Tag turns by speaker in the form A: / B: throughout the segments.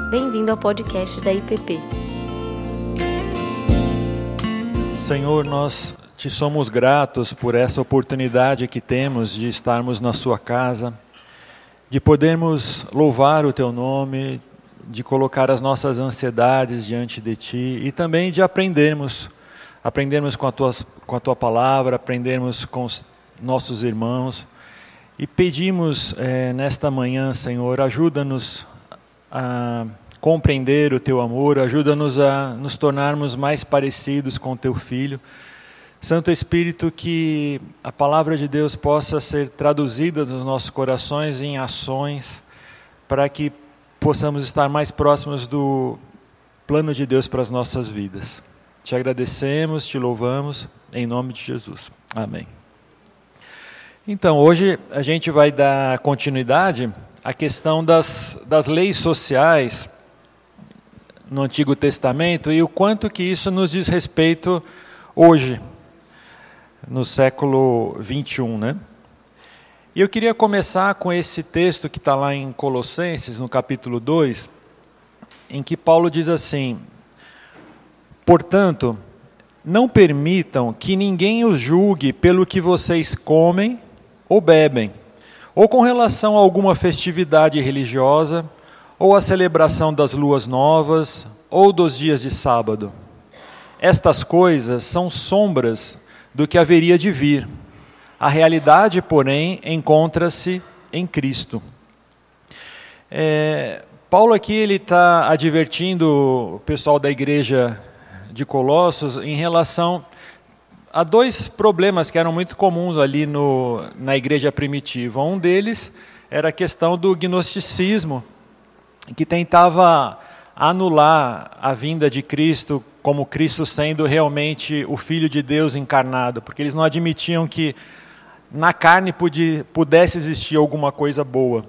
A: Bem-vindo ao podcast da IPP.
B: Senhor, nós te somos gratos por essa oportunidade que temos de estarmos na sua casa, de podermos louvar o teu nome, de colocar as nossas ansiedades diante de ti e também de aprendermos com a tua palavra, aprendermos com os nossos irmãos. E pedimos nesta manhã, Senhor, ajuda-nos a compreender o teu amor, ajuda-nos a nos tornarmos mais parecidos com o teu Filho. Santo Espírito, que a palavra de Deus possa ser traduzida nos nossos corações em ações, para que possamos estar mais próximos do plano de Deus para as nossas vidas. Te agradecemos, te louvamos, em nome de Jesus. Amém. Então, hoje a gente vai dar continuidade à questão das leis sociais no Antigo Testamento e o quanto que isso nos diz respeito hoje, no século 21, né? E eu queria começar com esse texto que está lá em Colossenses, no capítulo 2, em que Paulo diz assim: portanto, não permitam que ninguém os julgue pelo que vocês comem ou bebem, ou com relação a alguma festividade religiosa, ou a celebração das luas novas, ou dos dias de sábado. Estas coisas são sombras do que haveria de vir. A realidade, porém, encontra-se em Cristo. Paulo aqui ele está advertindo o pessoal da igreja de Colossos em relação a dois problemas que eram muito comuns ali na igreja primitiva. Um deles era a questão do gnosticismo, que tentava anular a vinda de Cristo como Cristo sendo realmente o Filho de Deus encarnado, porque eles não admitiam que na carne pudesse existir alguma coisa boa.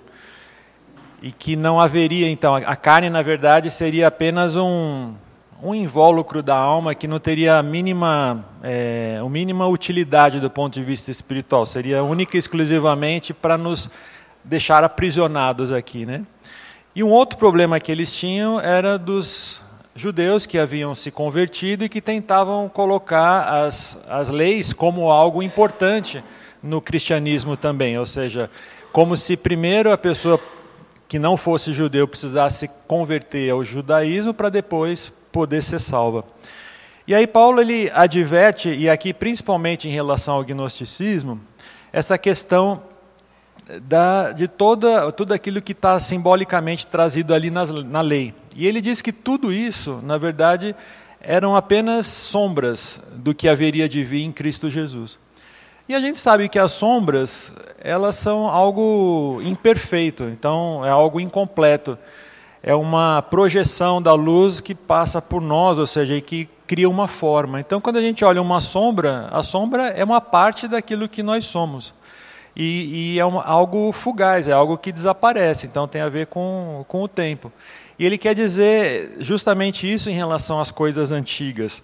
B: E que não haveria, então, a carne na verdade seria apenas um invólucro da alma que não teria a mínima utilidade do ponto de vista espiritual, seria única e exclusivamente para nos deixar aprisionados aqui, né? E um outro problema que eles tinham era dos judeus que haviam se convertido e que tentavam colocar as leis como algo importante no cristianismo também, ou seja, como se primeiro a pessoa que não fosse judeu precisasse se converter ao judaísmo para depois poder ser salva. E aí Paulo ele adverte, e aqui principalmente em relação ao gnosticismo, essa questão de tudo aquilo que está simbolicamente trazido ali na lei. E ele diz que tudo isso, na verdade, eram apenas sombras do que haveria de vir em Cristo Jesus. E a gente sabe que as sombras, elas são algo imperfeito, então é algo incompleto. É uma projeção da luz que passa por nós, ou seja, que cria uma forma. Então, quando a gente olha uma sombra, a sombra é uma parte daquilo que nós somos. E é algo fugaz, é algo que desaparece, então tem a ver com o tempo. E ele quer dizer justamente isso em relação às coisas antigas.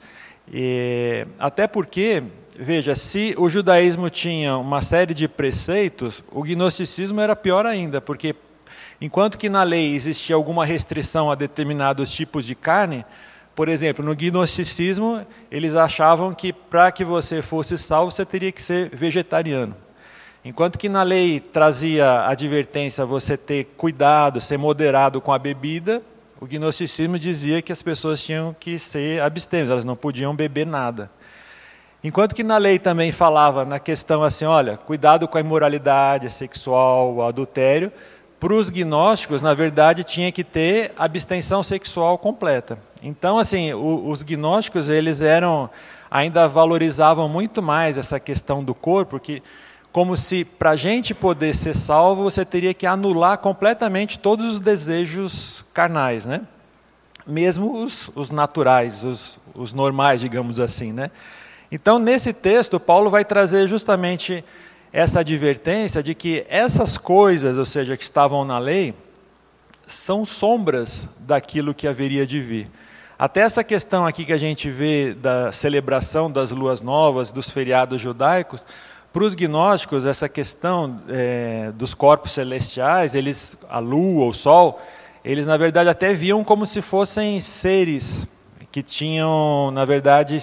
B: Até porque, veja, se o judaísmo tinha uma série de preceitos, o gnosticismo era pior ainda, porque enquanto que na lei existia alguma restrição a determinados tipos de carne, por exemplo, no gnosticismo, eles achavam que para que você fosse salvo, você teria que ser vegetariano. Enquanto que na lei trazia a advertência a você ter cuidado, ser moderado com a bebida, o gnosticismo dizia que as pessoas tinham que ser abstêmias, elas não podiam beber nada. Enquanto que na lei também falava na questão assim, olha, cuidado com a imoralidade sexual, o adultério, para os gnósticos, na verdade, tinha que ter abstenção sexual completa. Então, assim, os gnósticos, eles ainda valorizavam muito mais essa questão do corpo, porque como se para a gente poder ser salvo, você teria que anular completamente todos os desejos carnais, né? Mesmo os naturais, os normais, digamos assim, né? Então, nesse texto, Paulo vai trazer justamente essa advertência de que essas coisas, ou seja, que estavam na lei, são sombras daquilo que haveria de vir. Até essa questão aqui que a gente vê da celebração das luas novas, dos feriados judaicos, para os gnósticos, essa questão dos corpos celestiais, a lua, o sol, eles na verdade até viam como se fossem seres que tinham, na verdade,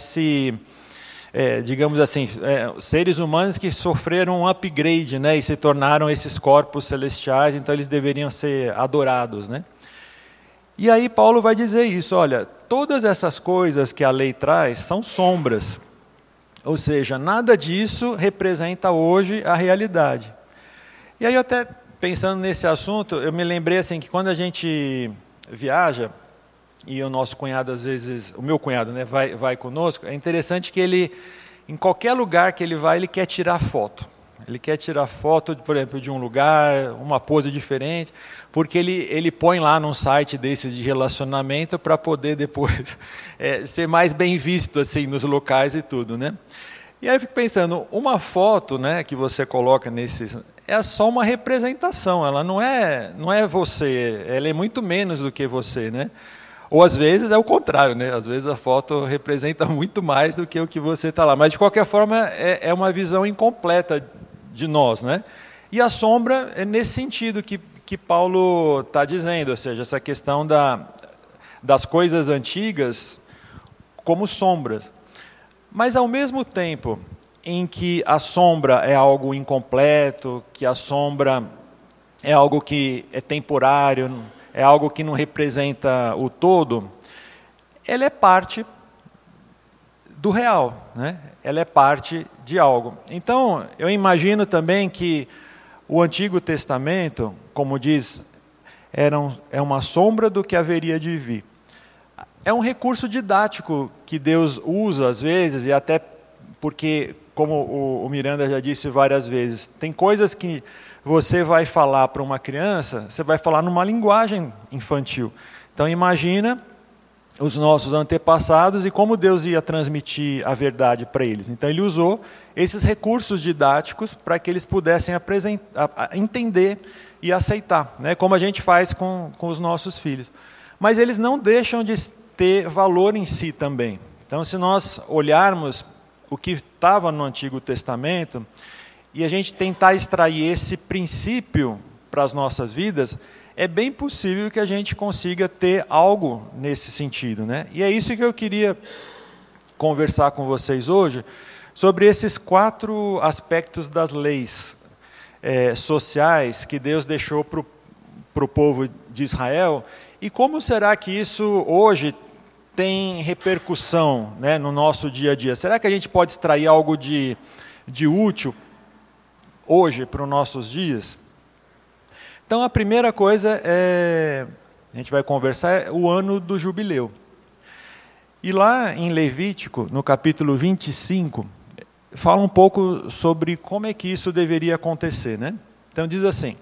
B: digamos assim, seres humanos que sofreram um upgrade, né, e se tornaram esses corpos celestiais, então eles deveriam ser adorados, né? E aí Paulo vai dizer isso, olha, todas essas coisas que a lei traz são sombras, ou seja, nada disso representa hoje a realidade. E aí eu até pensando nesse assunto, eu me lembrei assim que quando a gente viaja, e o nosso cunhado às vezes, o meu cunhado, né, vai conosco, é interessante que ele, em qualquer lugar que ele vai, ele quer tirar foto. Ele quer tirar foto, por exemplo, de um lugar, uma pose diferente, porque ele põe lá num site desses de relacionamento para poder depois ser mais bem visto assim, nos locais e tudo, né? E aí eu fico pensando, uma foto, né, que você coloca nesses, é só uma representação, ela não é você, ela é muito menos do que você, né? Ou às vezes é o contrário, né? Às vezes a foto representa muito mais do que o que você está lá. Mas de qualquer forma é uma visão incompleta de nós, né? E a sombra é nesse sentido que Paulo está dizendo, ou seja, essa questão das coisas antigas como sombras. Mas ao mesmo tempo em que a sombra é algo incompleto, que a sombra é algo que é temporário, é algo que não representa o todo, ela é parte do real, né? Ela é parte de algo. Então, eu imagino também que o Antigo Testamento, como diz, é uma sombra do que haveria de vir. É um recurso didático que Deus usa às vezes, e até porque, como o Miranda já disse várias vezes, tem coisas que você vai falar para uma criança, você vai falar numa linguagem infantil. Então imagina os nossos antepassados e como Deus ia transmitir a verdade para eles. Então ele usou esses recursos didáticos para que eles pudessem entender e aceitar, né? Como a gente faz com os nossos filhos. Mas eles não deixam de ter valor em si também. Então se nós olharmos o que estava no Antigo Testamento, e a gente tentar extrair esse princípio para as nossas vidas, é bem possível que a gente consiga ter algo nesse sentido, né? E é isso que eu queria conversar com vocês hoje, sobre esses 4 aspectos das leis sociais que Deus deixou para o povo de Israel, e como será que isso hoje tem repercussão, né, no nosso dia a dia? Será que a gente pode extrair algo de útil hoje para os nossos dias? Então a primeira coisa a gente vai conversar, é o ano do jubileu. E lá em Levítico, no capítulo 25, fala um pouco sobre como é que isso deveria acontecer, né? Então diz assim: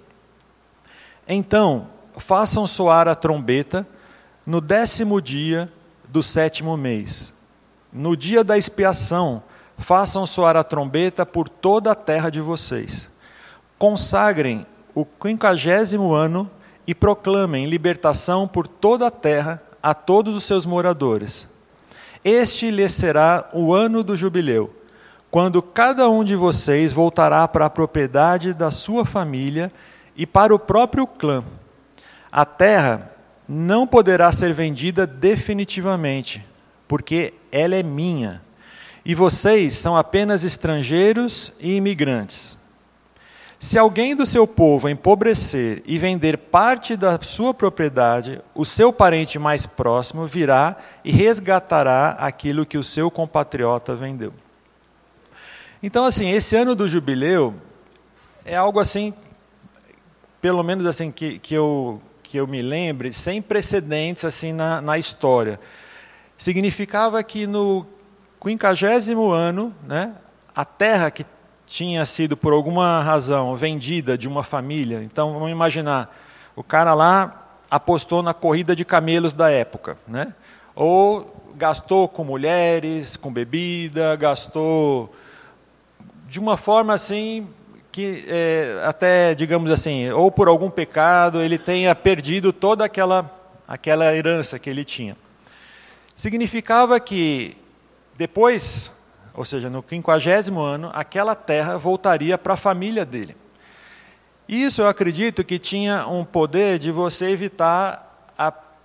B: então façam soar a trombeta no 10º dia do 7º mês. No dia da expiação, façam soar a trombeta por toda a terra de vocês. Consagrem o 50º ano e proclamem libertação por toda a terra a todos os seus moradores. Este lhes será o ano do jubileu, quando cada um de vocês voltará para a propriedade da sua família e para o próprio clã. A terra não poderá ser vendida definitivamente, porque ela é minha. E vocês são apenas estrangeiros e imigrantes. Se alguém do seu povo empobrecer e vender parte da sua propriedade, o seu parente mais próximo virá e resgatará aquilo que o seu compatriota vendeu. Então, assim, esse ano do jubileu é algo assim, pelo menos assim que eu me lembre, sem precedentes assim na história. Significava que no 50º ano, né, a terra que tinha sido por alguma razão vendida de uma família, então vamos imaginar, o cara lá apostou na corrida de camelos da época, né? Ou gastou com mulheres, com bebida, gastou de uma forma assim que até, digamos assim, ou por algum pecado ele tenha perdido toda aquela herança que ele tinha. Significava que depois, ou seja, no 50º ano, aquela terra voltaria para a família dele. Isso eu acredito que tinha um poder de você evitar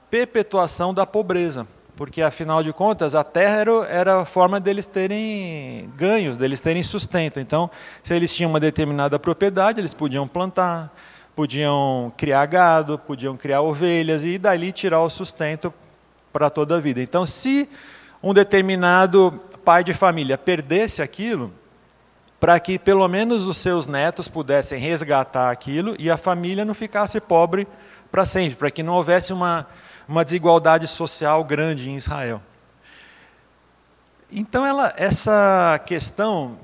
B: perpetuação da pobreza, porque, afinal de contas, a terra era a forma deles terem ganhos, deles terem sustento. Então, se eles tinham uma determinada propriedade, eles podiam plantar, podiam criar gado, podiam criar ovelhas, e dali tirar o sustento para toda a vida. Então, se um determinado pai de família perdesse aquilo, para que pelo menos os seus netos pudessem resgatar aquilo e a família não ficasse pobre para sempre, para que não houvesse uma desigualdade social grande em Israel. Então, essa questão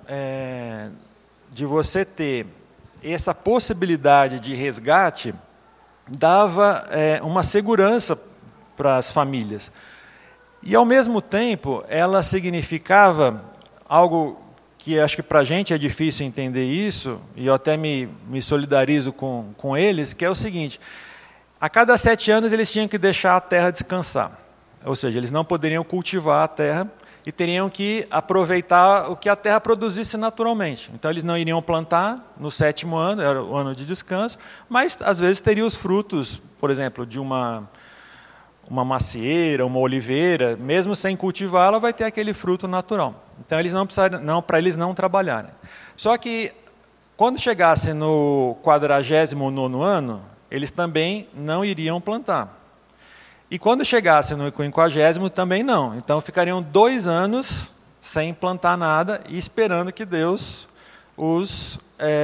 B: de você ter essa possibilidade de resgate dava uma segurança para as famílias. E, ao mesmo tempo, ela significava algo que acho que para a gente é difícil entender isso, e eu até me solidarizo com eles, que é o seguinte: a cada 7 anos eles tinham que deixar a terra descansar. Ou seja, eles não poderiam cultivar a terra e teriam que aproveitar o que a terra produzisse naturalmente. Então, eles não iriam plantar no 7º ano, era o ano de descanso, mas às vezes teriam os frutos, por exemplo, de uma macieira, uma oliveira, mesmo sem cultivá-la, vai ter aquele fruto natural. Então, eles não precisaram, para eles não trabalharem. Só que, quando chegasse no 49º ano, eles também não iriam plantar. E quando chegasse no 50º, também não. Então, ficariam 2 anos sem plantar nada e esperando que Deus os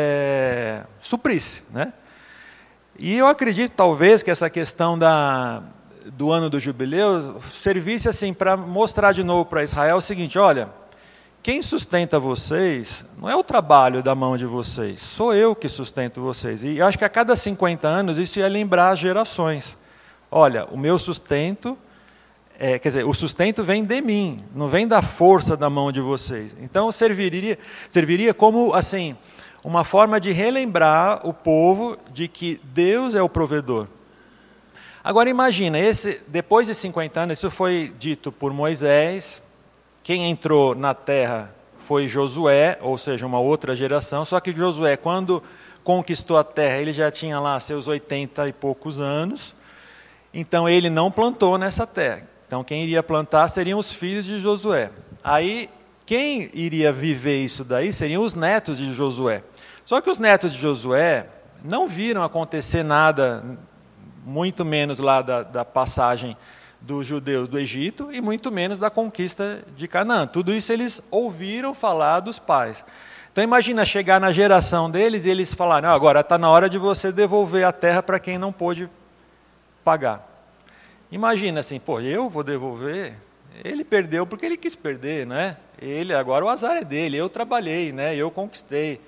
B: suprisse, né? E eu acredito, talvez, que essa questão do ano do jubileu servisse assim para mostrar de novo para Israel o seguinte: olha, quem sustenta vocês não é o trabalho da mão de vocês, sou eu que sustento vocês. E acho que a cada 50 anos isso ia lembrar as gerações. Olha, o meu sustento, quer dizer, o sustento vem de mim, não vem da força da mão de vocês. Então serviria como assim uma forma de relembrar o povo de que Deus é o provedor. Agora imagina, depois de 50 anos, isso foi dito por Moisés. Quem entrou na terra foi Josué, ou seja, uma outra geração. Só que Josué, quando conquistou a terra, ele já tinha lá seus 80 e poucos anos. Então, ele não plantou nessa terra. Então, quem iria plantar seriam os filhos de Josué. Aí, quem iria viver isso daí seriam os netos de Josué. Só que os netos de Josué não viram acontecer nada, muito menos lá da passagem dos judeus do Egito e muito menos da conquista de Canaã. Tudo isso eles ouviram falar dos pais. Então imagina chegar na geração deles e eles falarem: agora está na hora de você devolver a terra para quem não pôde pagar. Imagina assim, eu vou devolver? Ele perdeu porque ele quis perder, né? Agora o azar é dele, eu trabalhei, né? Eu conquistei.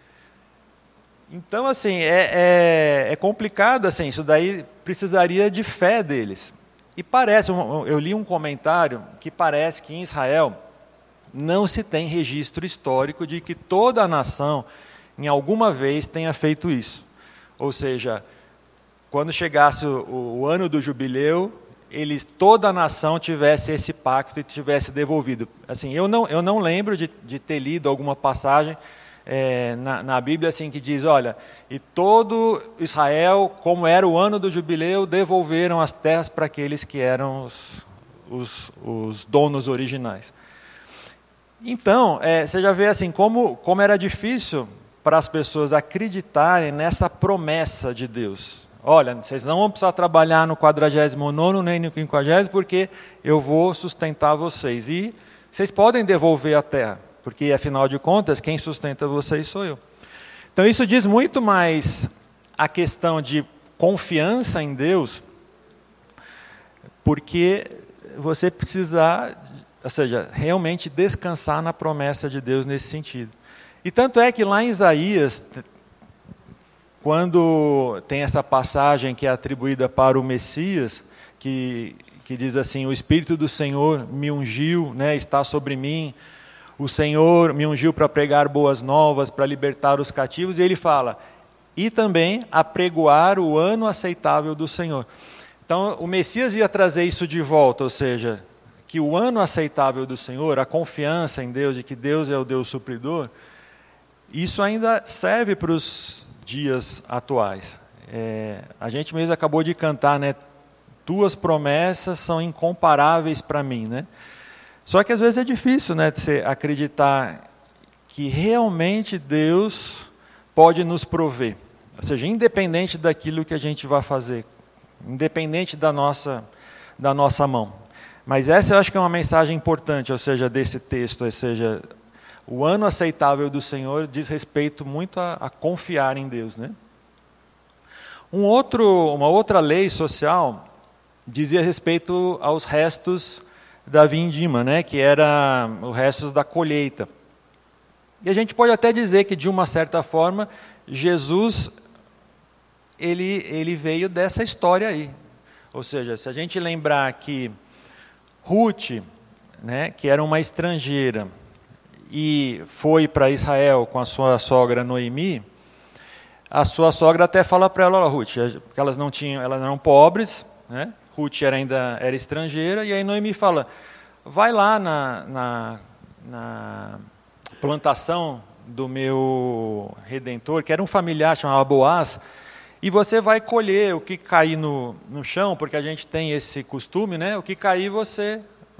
B: Então, assim, é complicado, assim, isso daí precisaria de fé deles. E parece, eu li um comentário que parece que em Israel não se tem registro histórico de que toda a nação, em alguma vez, tenha feito isso. Ou seja, quando chegasse o ano do jubileu, toda a nação tivesse esse pacto e tivesse devolvido. Assim, eu não lembro de ter lido alguma passagem na Bíblia assim que diz: olha, e todo Israel, como era o ano do jubileu, devolveram as terras para aqueles que eram os donos originais. Então, você já vê assim como era difícil para as pessoas acreditarem nessa promessa de Deus. Olha, vocês não vão precisar trabalhar no 49º nem no 50º, porque eu vou sustentar vocês. E vocês podem devolver a terra, porque, afinal de contas, quem sustenta vocês sou eu. Então, isso diz muito mais a questão de confiança em Deus, porque você precisa, ou seja, realmente descansar na promessa de Deus nesse sentido. E tanto é que lá em Isaías, quando tem essa passagem que é atribuída para o Messias, que diz assim: o Espírito do Senhor me ungiu, né, está sobre mim, o Senhor me ungiu para pregar boas novas, para libertar os cativos, e ele fala: e também apregoar o ano aceitável do Senhor. Então, o Messias ia trazer isso de volta, ou seja, que o ano aceitável do Senhor, a confiança em Deus, de que Deus é o Deus supridor, isso ainda serve para os dias atuais. A gente mesmo acabou de cantar, né? tuas promessas são incomparáveis para mim, né? Só que às vezes é difícil, né, de você acreditar que realmente Deus pode nos prover. Ou seja, independente daquilo que a gente vai fazer, independente da nossa mão. Mas essa eu acho que é uma mensagem importante, ou seja, desse texto, ou seja, o ano aceitável do Senhor diz respeito muito a confiar em Deus, né? Uma outra lei social dizia respeito aos restos da vindima, né, que era os restos da colheita. E a gente pode até dizer que, de uma certa forma, Jesus ele veio dessa história aí. Ou seja, se a gente lembrar que Ruth, né, que era uma estrangeira, e foi para Israel com a sua sogra Noemi, a sua sogra até fala para ela, Ruth, que elas eram pobres, né? Ruth ainda era estrangeira, e aí Noemi fala, vai lá na plantação do meu Redentor, que era um familiar, chamado Boaz, e você vai colher o que cair no chão, porque a gente tem esse costume, né? O que cair você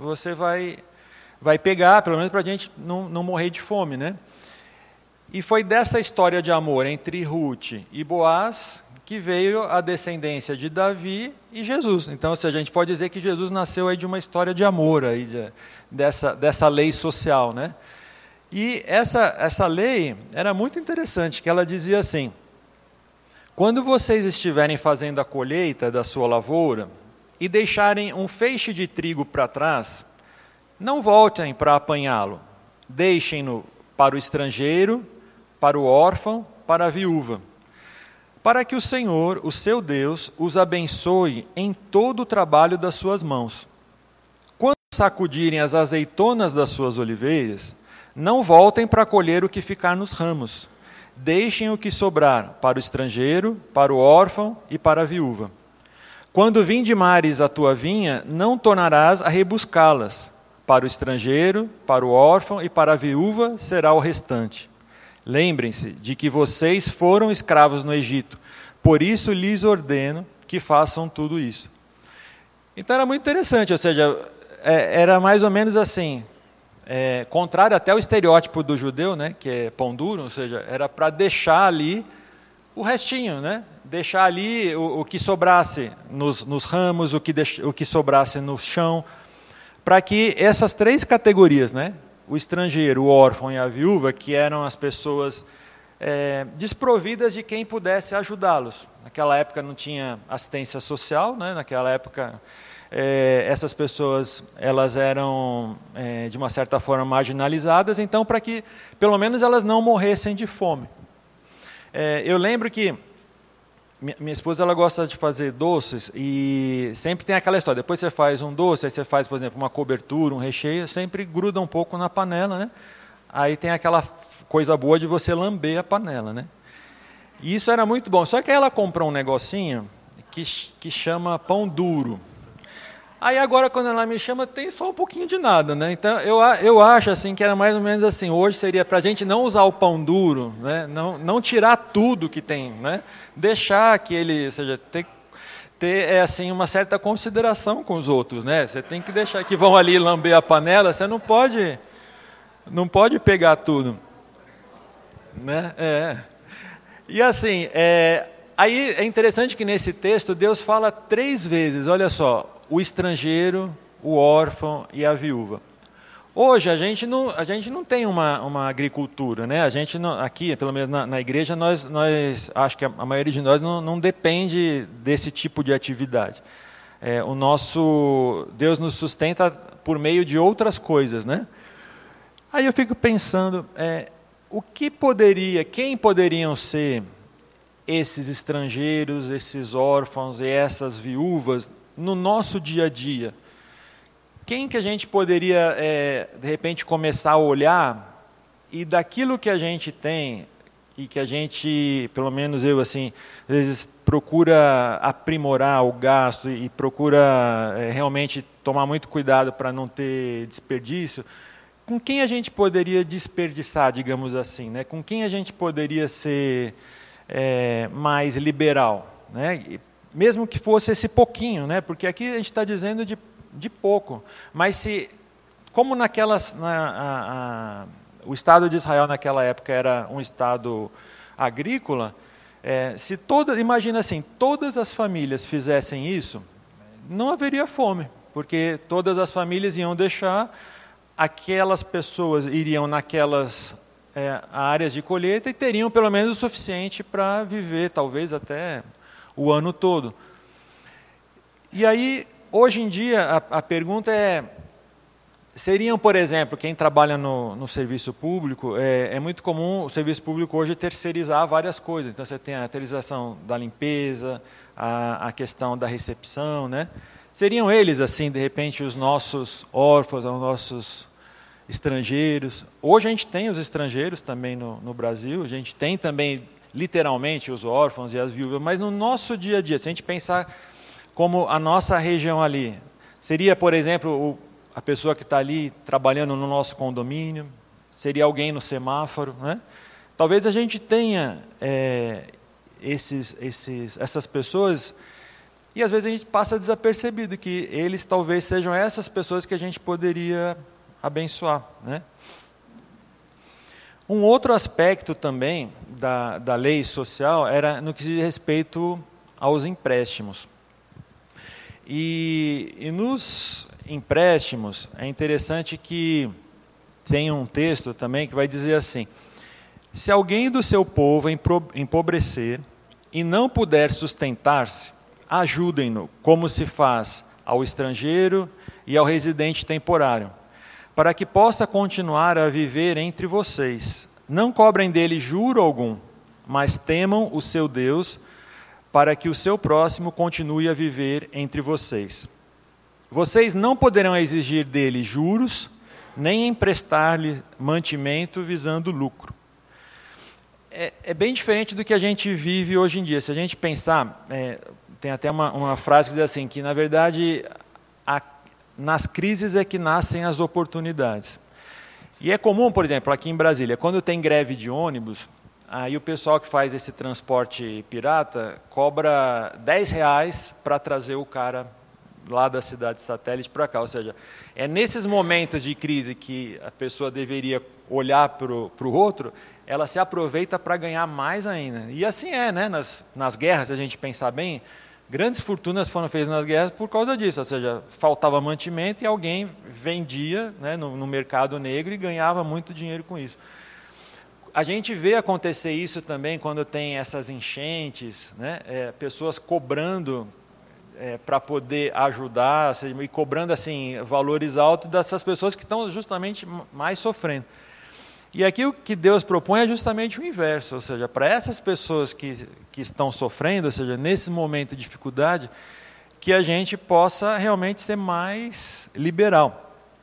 B: vai pegar, pelo menos para a gente não morrer de fome, né? E foi dessa história de amor entre Ruth e Boaz que veio a descendência de Davi e Jesus. Então, a gente pode dizer que Jesus nasceu aí de uma história de amor, aí, dessa lei social, né? E essa lei era muito interessante, que ela dizia assim, quando vocês estiverem fazendo a colheita da sua lavoura e deixarem um feixe de trigo para trás, não voltem para apanhá-lo, deixem-no para o estrangeiro, para o órfão, para a viúva, para que o Senhor, o seu Deus, os abençoe em todo o trabalho das suas mãos. Quando sacudirem as azeitonas das suas oliveiras, não voltem para colher o que ficar nos ramos, deixem o que sobrar para o estrangeiro, para o órfão e para a viúva. Quando vindimares a tua vinha, não tornarás a rebuscá-las, para o estrangeiro, para o órfão e para a viúva será o restante. Lembrem-se de que vocês foram escravos no Egito, por isso lhes ordeno que façam tudo isso. Então era muito interessante, ou seja, era mais ou menos assim, contrário até ao estereótipo do judeu, né, que é pão duro, ou seja, era para deixar ali o restinho, né, deixar ali o que sobrasse nos ramos, o que sobrasse no chão, para que essas três categorias, né, o estrangeiro, o órfão e a viúva, que eram as pessoas desprovidas de quem pudesse ajudá-los. Naquela época não tinha assistência social, né? Naquela época essas pessoas elas eram, de uma certa forma, marginalizadas, então, para que, pelo menos, elas não morressem de fome. Eu lembro que minha esposa ela gosta de fazer doces e sempre tem aquela história, depois você faz um doce, aí você faz, por exemplo, uma cobertura, um recheio, sempre gruda um pouco na panela, né? Aí tem aquela coisa boa de você lamber a panela, né? E isso era muito bom, só que aí ela comprou um negocinho que chama pão duro. Aí agora, quando ela me chama, tem só um pouquinho de nada, né? Então, eu acho assim, que era mais ou menos assim, hoje seria para a gente não usar o pão duro, né? Não tirar tudo que tem, né? Deixar que ele, ou seja, ter assim, uma certa consideração com os outros, né? Você tem que deixar que vão ali lamber a panela, você não pode pegar tudo, né? E assim, aí é interessante que nesse texto Deus fala 3 vezes, olha só, o estrangeiro, o órfão e a viúva. Hoje a gente não tem uma agricultura, né? A gente não, aqui, pelo menos na igreja, nós acho que a maioria de nós não depende desse tipo de atividade. O nosso Deus nos sustenta por meio de outras coisas, né? Aí eu fico pensando, quem poderiam ser esses estrangeiros, esses órfãos e essas viúvas no nosso dia a dia? Quem que a gente poderia, de repente, começar a olhar e daquilo que a gente tem e que a gente, pelo menos eu, assim, às vezes procura aprimorar o gasto e procura realmente tomar muito cuidado para não ter desperdício, com quem a gente poderia desperdiçar, digamos assim, né? Com quem a gente poderia ser mais liberal, né? mesmo que fosse esse pouquinho, né? Porque aqui a gente está dizendo de pouco, mas como o Estado de Israel naquela época era um Estado agrícola, imagina assim, todas as famílias fizessem isso, não haveria fome, porque todas as famílias iam deixar, aquelas pessoas iriam naquelas áreas de colheita e teriam pelo menos o suficiente para viver, talvez até o ano todo. E aí, hoje em dia, a pergunta seriam, por exemplo, quem trabalha no serviço público, é muito comum o serviço público hoje terceirizar várias coisas. Então, você tem a terceirização da limpeza, a questão da recepção, né? Seriam eles, assim, de repente, os nossos órfãos, os nossos estrangeiros. Hoje a gente tem os estrangeiros também no Brasil, a gente tem também, literalmente, os órfãos e as viúvas, mas no nosso dia a dia, se a gente pensar como a nossa região ali, seria, por exemplo, a pessoa que está ali trabalhando no nosso condomínio, seria alguém no semáforo, né? Talvez a gente tenha essas pessoas, e às vezes a gente passa desapercebido que eles talvez sejam essas pessoas que a gente poderia abençoar, né? Um outro aspecto também da lei social era no que diz respeito aos empréstimos. E nos empréstimos, é interessante que tem um texto também que vai dizer assim: se alguém do seu povo empobrecer e não puder sustentar-se, ajudem-no, como se faz ao estrangeiro e ao residente temporário, para que possa continuar a viver entre vocês. Não cobrem dele juro algum, mas temam o seu Deus, para que o seu próximo continue a viver entre vocês. Vocês não poderão exigir dele juros, nem emprestar-lhe mantimento visando lucro. É bem diferente do que a gente vive hoje em dia. Se a gente pensar, tem até uma frase que diz assim, que na verdade nas crises é que nascem as oportunidades. E é comum, por exemplo, aqui em Brasília, quando tem greve de ônibus, aí o pessoal que faz esse transporte pirata cobra R$10 para trazer o cara lá da cidade satélite para cá. Ou seja, é nesses momentos de crise que a pessoa deveria olhar para o outro, ela se aproveita para ganhar mais ainda. E assim né? Nas guerras, se a gente pensar bem, grandes fortunas foram feitas nas guerras por causa disso. Ou seja, faltava mantimento e alguém vendia, né, no mercado negro e ganhava muito dinheiro com isso. A gente vê acontecer isso também quando tem essas enchentes, né, pessoas cobrando para poder ajudar, e cobrando assim, valores altos dessas pessoas que estão justamente mais sofrendo. E aqui o que Deus propõe é justamente o inverso, ou seja, para essas pessoas que estão sofrendo, ou seja, nesse momento de dificuldade, que a gente possa realmente ser mais liberal.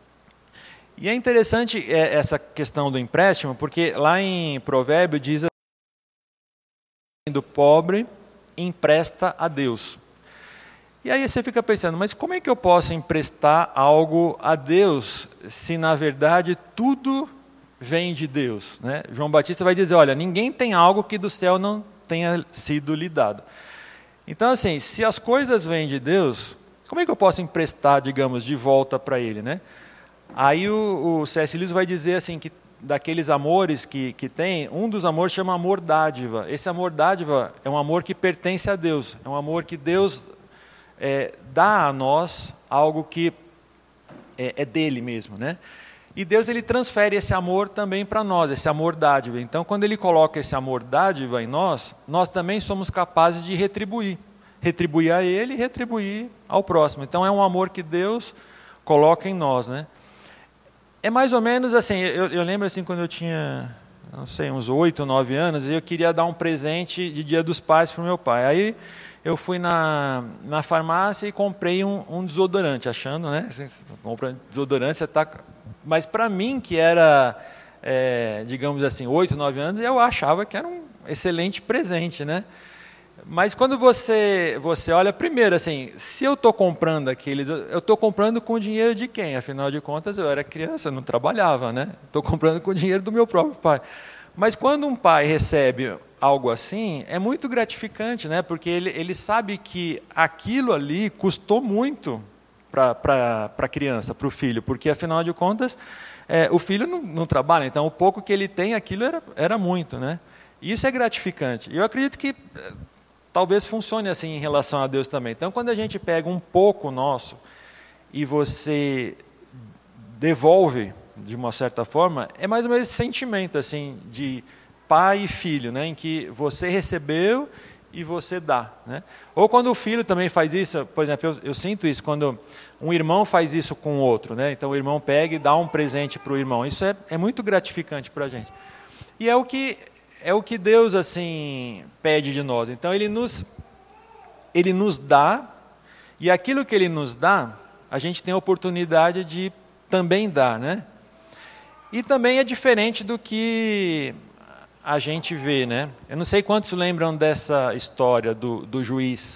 B: E é interessante essa questão do empréstimo, porque lá em Provérbio diz assim, do pobre empresta a Deus. E aí você fica pensando, mas como é que eu posso emprestar algo a Deus, se na verdade tudo vem de Deus, né? João Batista vai dizer, olha, ninguém tem algo que do céu não tenha sido lhe dado. Então, assim, se as coisas vêm de Deus, como é que eu posso emprestar, digamos, de volta para Ele, né? Aí o C.S. Lewis vai dizer assim, que daqueles amores que tem, um dos amores chama amor dádiva. Esse amor dádiva é um amor que pertence a Deus, é um amor que Deus dá a nós algo que é dele mesmo, né? E Deus ele transfere esse amor também para nós, esse amor dádiva. Então, quando Ele coloca esse amor dádiva em nós, nós também somos capazes de retribuir. Retribuir a Ele e retribuir ao próximo. Então, é um amor que Deus coloca em nós, né? É mais ou menos assim, eu lembro assim, quando eu tinha, não sei, uns 8, 9 anos, eu queria dar um presente de Dia dos Pais para o meu pai. Aí eu fui na farmácia e comprei um desodorante, achando, né? Assim, compra desodorante, você está... Mas para mim, que era, digamos assim, 8, 9 anos, eu achava que era um excelente presente, né? Mas quando você olha, primeiro, assim, se eu estou comprando aqueles, eu estou comprando com o dinheiro de quem? Afinal de contas, eu era criança, eu não trabalhava, né? Estou comprando com o dinheiro do meu próprio pai. Mas quando um pai recebe algo assim, é muito gratificante, né? Porque ele sabe que aquilo ali custou muito para a criança, para o filho, porque, afinal de contas, o filho não trabalha, então o pouco que ele tem, aquilo era muito, né? E isso é gratificante. E eu acredito que talvez funcione assim em relação a Deus também. Então, quando a gente pega um pouco nosso e você devolve de uma certa forma, é mais ou menos esse sentimento assim de pai e filho, né, em que você recebeu e você dá, né? Ou quando o filho também faz isso, por exemplo, eu sinto isso quando um irmão faz isso com o outro, né? Então o irmão pega e dá um presente para o irmão. Isso é muito gratificante para a gente. E é o que Deus assim pede de nós. Então ele nos dá, e aquilo que ele nos dá, a gente tem a oportunidade de também dar, né? E também é diferente do que a gente vê, né? Eu não sei quantos lembram dessa história do juiz.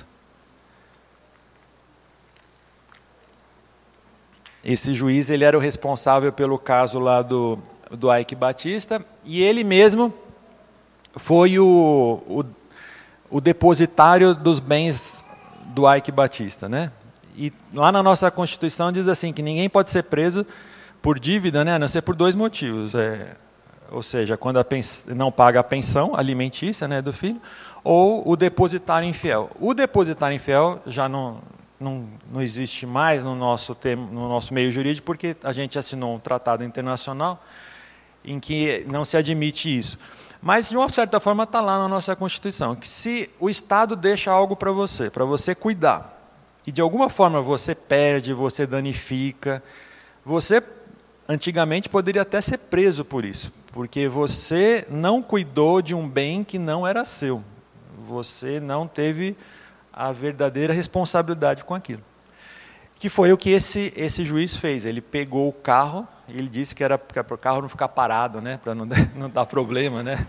B: Esse juiz, ele era o responsável pelo caso lá do Ike Batista, e ele mesmo foi o depositário dos bens do Ike Batista, né? E lá na nossa Constituição diz assim, que ninguém pode ser preso por dívida, né, a não ser por 2 motivos. Ou seja, quando não paga a pensão alimentícia, né, do filho, ou o depositário infiel. O depositário infiel já não existe mais no nosso meio jurídico, porque a gente assinou um tratado internacional em que não se admite isso. Mas, de uma certa forma, está lá na nossa Constituição, que se o Estado deixa algo para você cuidar, e de alguma forma você perde, você danifica, você antigamente poderia até ser preso por isso, porque você não cuidou de um bem que não era seu. Você não teve a verdadeira responsabilidade com aquilo. Que foi o que esse juiz fez. Ele pegou o carro, e ele disse que era para o carro não ficar parado, né, para não dar problema, né?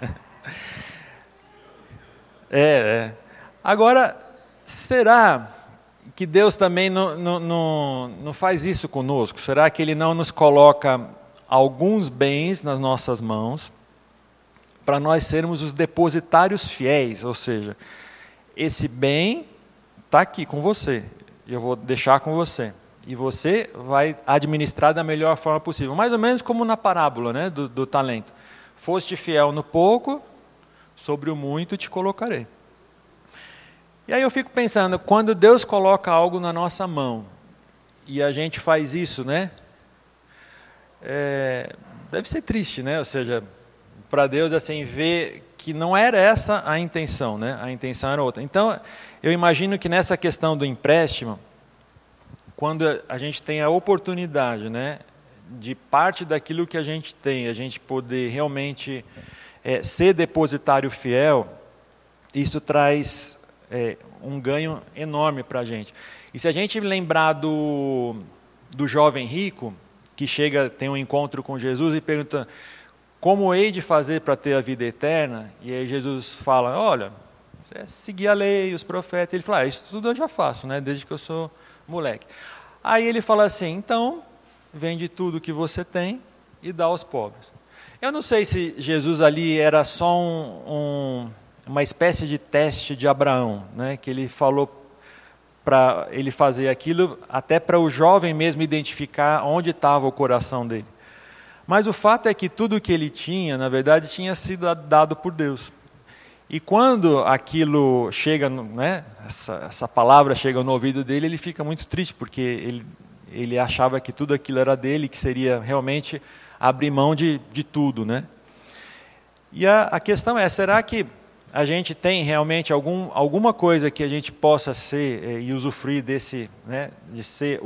B: Agora, será que Deus também não faz isso conosco? Será que Ele não nos coloca alguns bens nas nossas mãos para nós sermos os depositários fiéis? Ou seja, esse bem está aqui com você, eu vou deixar com você, e você vai administrar da melhor forma possível. Mais ou menos como na parábola, né, do talento. Foste fiel no pouco, sobre o muito te colocarei. E aí eu fico pensando, quando Deus coloca algo na nossa mão, e a gente faz isso, né? Deve ser triste, né? Ou seja, para Deus assim, ver que não era essa a intenção, né? A intenção era outra. Então, eu imagino que nessa questão do empréstimo, quando a gente tem a oportunidade, né, de parte daquilo que a gente tem, a gente poder realmente ser depositário fiel, isso traz um ganho enorme para a gente. E se a gente lembrar do jovem rico, que tem um encontro com Jesus e pergunta, como hei de fazer para ter a vida eterna? E aí Jesus fala, olha, seguir a lei, os profetas. Ele fala, isso tudo eu já faço, né, desde que eu sou moleque. Aí ele fala assim, então, vende tudo que você tem e dá aos pobres. Eu não sei se Jesus ali era só uma espécie de teste de Abraão, né, que ele falou para ele fazer aquilo, até para o jovem mesmo identificar onde estava o coração dele. Mas o fato é que tudo que ele tinha, na verdade, tinha sido dado por Deus. E quando aquilo chega, né, essa palavra chega no ouvido dele, ele fica muito triste, porque ele achava que tudo aquilo era dele, que seria realmente abrir mão de tudo, né? E a questão é, será que a gente tem realmente alguma coisa que a gente possa ser e usufruir desse, né, de ser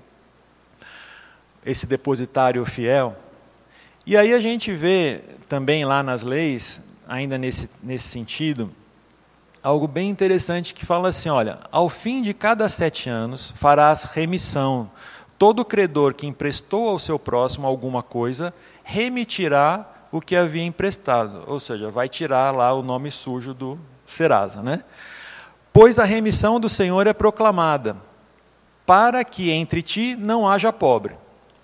B: esse depositário fiel? E aí a gente vê também lá nas leis, ainda nesse sentido, algo bem interessante que fala assim, olha, ao fim de cada 7 anos farás remissão. Todo credor que emprestou ao seu próximo alguma coisa, remitirá o que havia emprestado. Ou seja, vai tirar lá o nome sujo do Serasa, né? Pois a remissão do Senhor é proclamada, para que entre ti não haja pobre.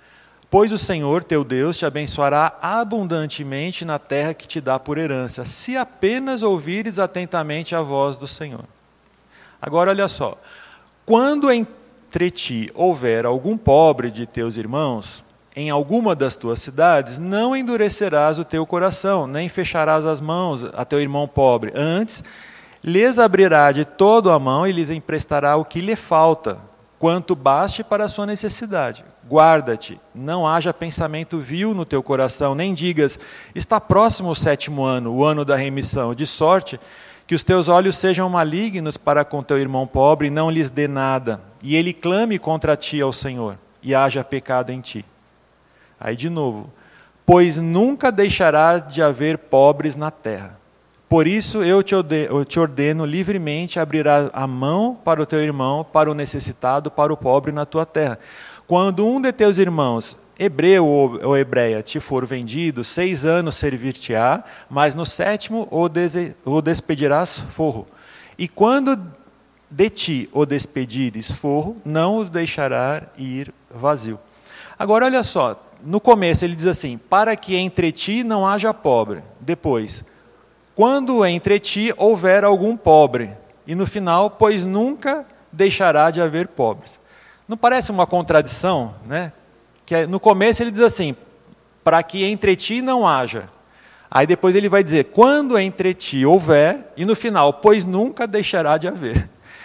B: Pois o Senhor, teu Deus, te abençoará abundantemente na terra que te dá por herança, se apenas ouvires atentamente a voz do Senhor. Agora, olha só. Quando entre ti houver algum pobre de teus irmãos, em alguma das tuas cidades, não endurecerás o teu coração, nem fecharás as mãos a teu irmão pobre. Antes, lhes abrirá de todo a mão e lhes emprestará o que lhe falta, quanto baste para a sua necessidade. Guarda-te, não haja pensamento vil no teu coração, nem digas, está próximo o 7º ano, o ano da remissão, de sorte que os teus olhos sejam malignos para com teu irmão pobre e não lhes dê nada, e ele clame contra ti ao Senhor, e haja pecado em ti. Aí de novo, pois nunca deixará de haver pobres na terra. Por isso eu te ordeno livremente abrir a mão para o teu irmão, para o necessitado, para o pobre na tua terra. Quando um de teus irmãos, hebreu ou hebreia, te for vendido, 6 anos servir-te-á, mas no 7º o despedirás forro. E quando de ti o despedires forro, não os deixará ir vazio. Agora olha só, no começo ele diz assim, para que entre ti não haja pobre. Depois, quando entre ti houver algum pobre. E no final, pois nunca deixará de haver pobres. Não parece uma contradição, né? Que no começo ele diz assim, para que entre ti não haja. Aí depois ele vai dizer, quando entre ti houver, e no final, pois nunca deixará de haver.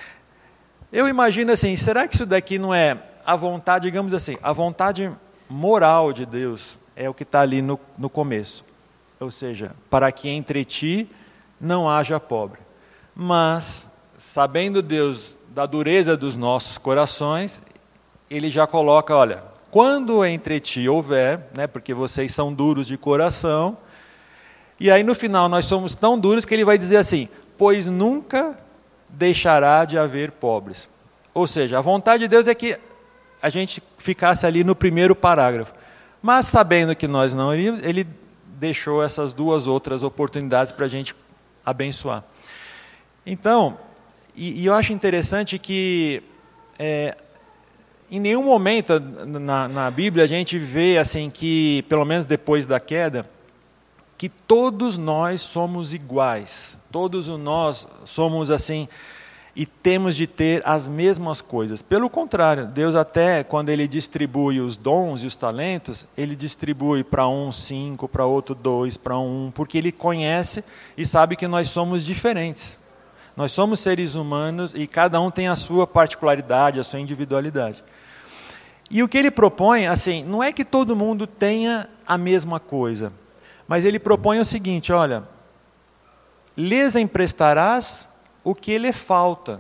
B: Eu imagino assim, será que isso daqui não é a vontade, digamos assim, a vontade moral de Deus é o que está ali no começo. Ou seja, para que entre ti não haja pobre. Mas, sabendo Deus da dureza dos nossos corações, ele já coloca, olha, quando entre ti houver, né, porque vocês são duros de coração, e aí no final nós somos tão duros que ele vai dizer assim, pois nunca deixará de haver pobres. Ou seja, a vontade de Deus é que a gente ficasse ali no primeiro parágrafo. Mas sabendo que nós não iríamos, ele deixou essas 2 outras oportunidades para a gente abençoar. Então, e eu acho interessante que em nenhum momento na Bíblia a gente vê assim que, pelo menos depois da queda, que todos nós somos iguais. Todos nós somos assim e temos de ter as mesmas coisas. Pelo contrário, Deus até, quando Ele distribui os dons e os talentos, Ele distribui para um 5, para outro 2, para um 1, porque Ele conhece e sabe que nós somos diferentes. Nós somos seres humanos e cada um tem a sua particularidade, a sua individualidade. E o que Ele propõe, assim, não é que todo mundo tenha a mesma coisa, mas Ele propõe o seguinte, olha, lhes emprestarás o que lhe falta,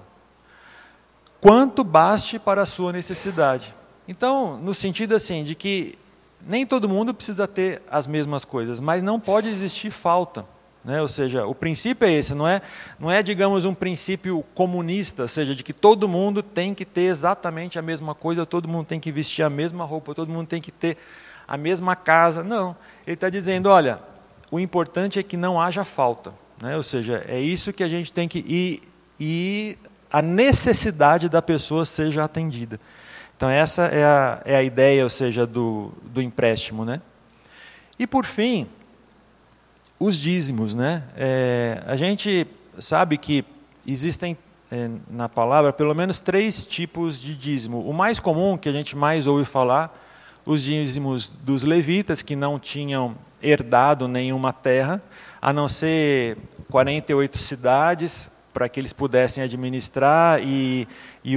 B: quanto baste para a sua necessidade. Então, no sentido assim, de que nem todo mundo precisa ter as mesmas coisas, mas não pode existir falta. Né? Ou seja, o princípio é esse, não é, digamos, um princípio comunista, ou seja, de que todo mundo tem que ter exatamente a mesma coisa, todo mundo tem que vestir a mesma roupa, todo mundo tem que ter a mesma casa. Não, ele está dizendo, olha, o importante é que não haja falta. Né? Ou seja, é isso que a gente tem que ir e a necessidade da pessoa seja atendida. Então essa é a ideia, ou seja, do empréstimo. Né? E por fim, os dízimos. Né? A gente sabe que existem na palavra pelo menos 3 tipos de dízimo. O mais comum, que a gente mais ouve falar, os dízimos dos levitas, que não tinham herdado nenhuma terra, a não ser 48 cidades, para que eles pudessem administrar, e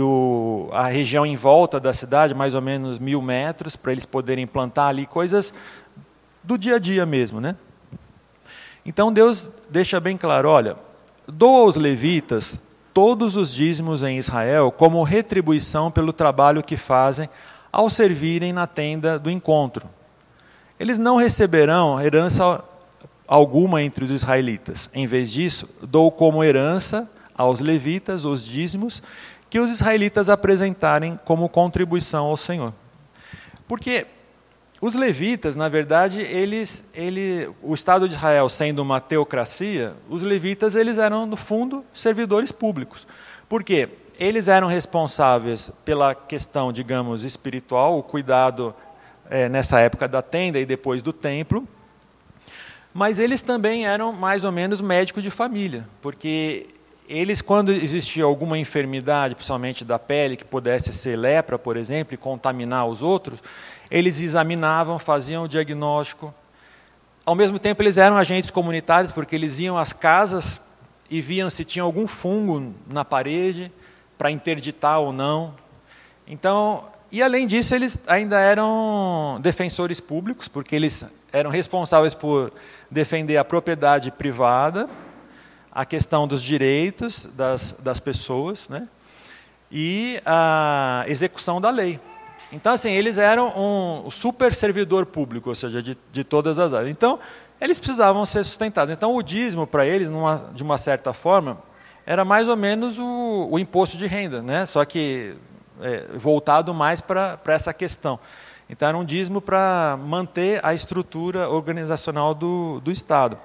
B: a região em volta da cidade, mais ou menos 1000 metros, para eles poderem plantar ali coisas do dia a dia mesmo. Né? Então Deus deixa bem claro, olha, dou aos levitas todos os dízimos em Israel como retribuição pelo trabalho que fazem ao servirem na tenda do encontro. Eles não receberão herança alguma entre os israelitas. Em vez disso, dou como herança aos levitas os dízimos que os israelitas apresentarem como contribuição ao Senhor. Porque os levitas, na verdade, o Estado de Israel sendo uma teocracia, os levitas eles eram, no fundo, servidores públicos. Por quê? Eles eram responsáveis pela questão, digamos, espiritual, o cuidado nessa época da tenda e depois do templo. Mas eles também eram mais ou menos médicos de família, porque eles, quando existia alguma enfermidade, principalmente da pele, que pudesse ser lepra, por exemplo, e contaminar os outros, eles examinavam, faziam o diagnóstico. Ao mesmo tempo, eles eram agentes comunitários, porque eles iam às casas e viam se tinha algum fungo na parede, para interditar ou não. Então, e além disso, eles ainda eram defensores públicos, porque eles eram responsáveis por defender a propriedade privada, a questão dos direitos das pessoas, né? E a execução da lei. Então, assim, eles eram um super servidor público, ou seja, de todas as áreas. Então, eles precisavam ser sustentados. Então, o dízimo, para eles, de uma certa forma, era mais ou menos o imposto de renda, né? Só que voltado mais para essa questão. Então, era um dízimo para manter a estrutura organizacional do Estado.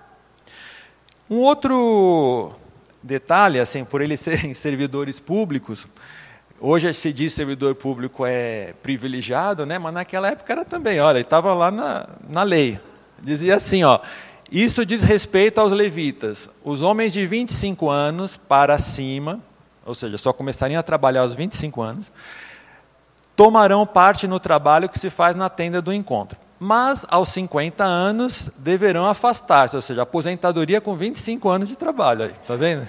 B: Um outro detalhe, assim, por eles serem servidores públicos, hoje se diz servidor público é privilegiado, né? Mas naquela época era também, olha, estava lá na lei. Dizia assim, ó, isso diz respeito aos levitas, os homens de 25 anos para cima, ou seja, só começariam a trabalhar aos 25 anos, tomarão parte no trabalho que se faz na tenda do encontro. Mas, aos 50 anos, deverão afastar-se, ou seja, aposentadoria com 25 anos de trabalho. Está vendo?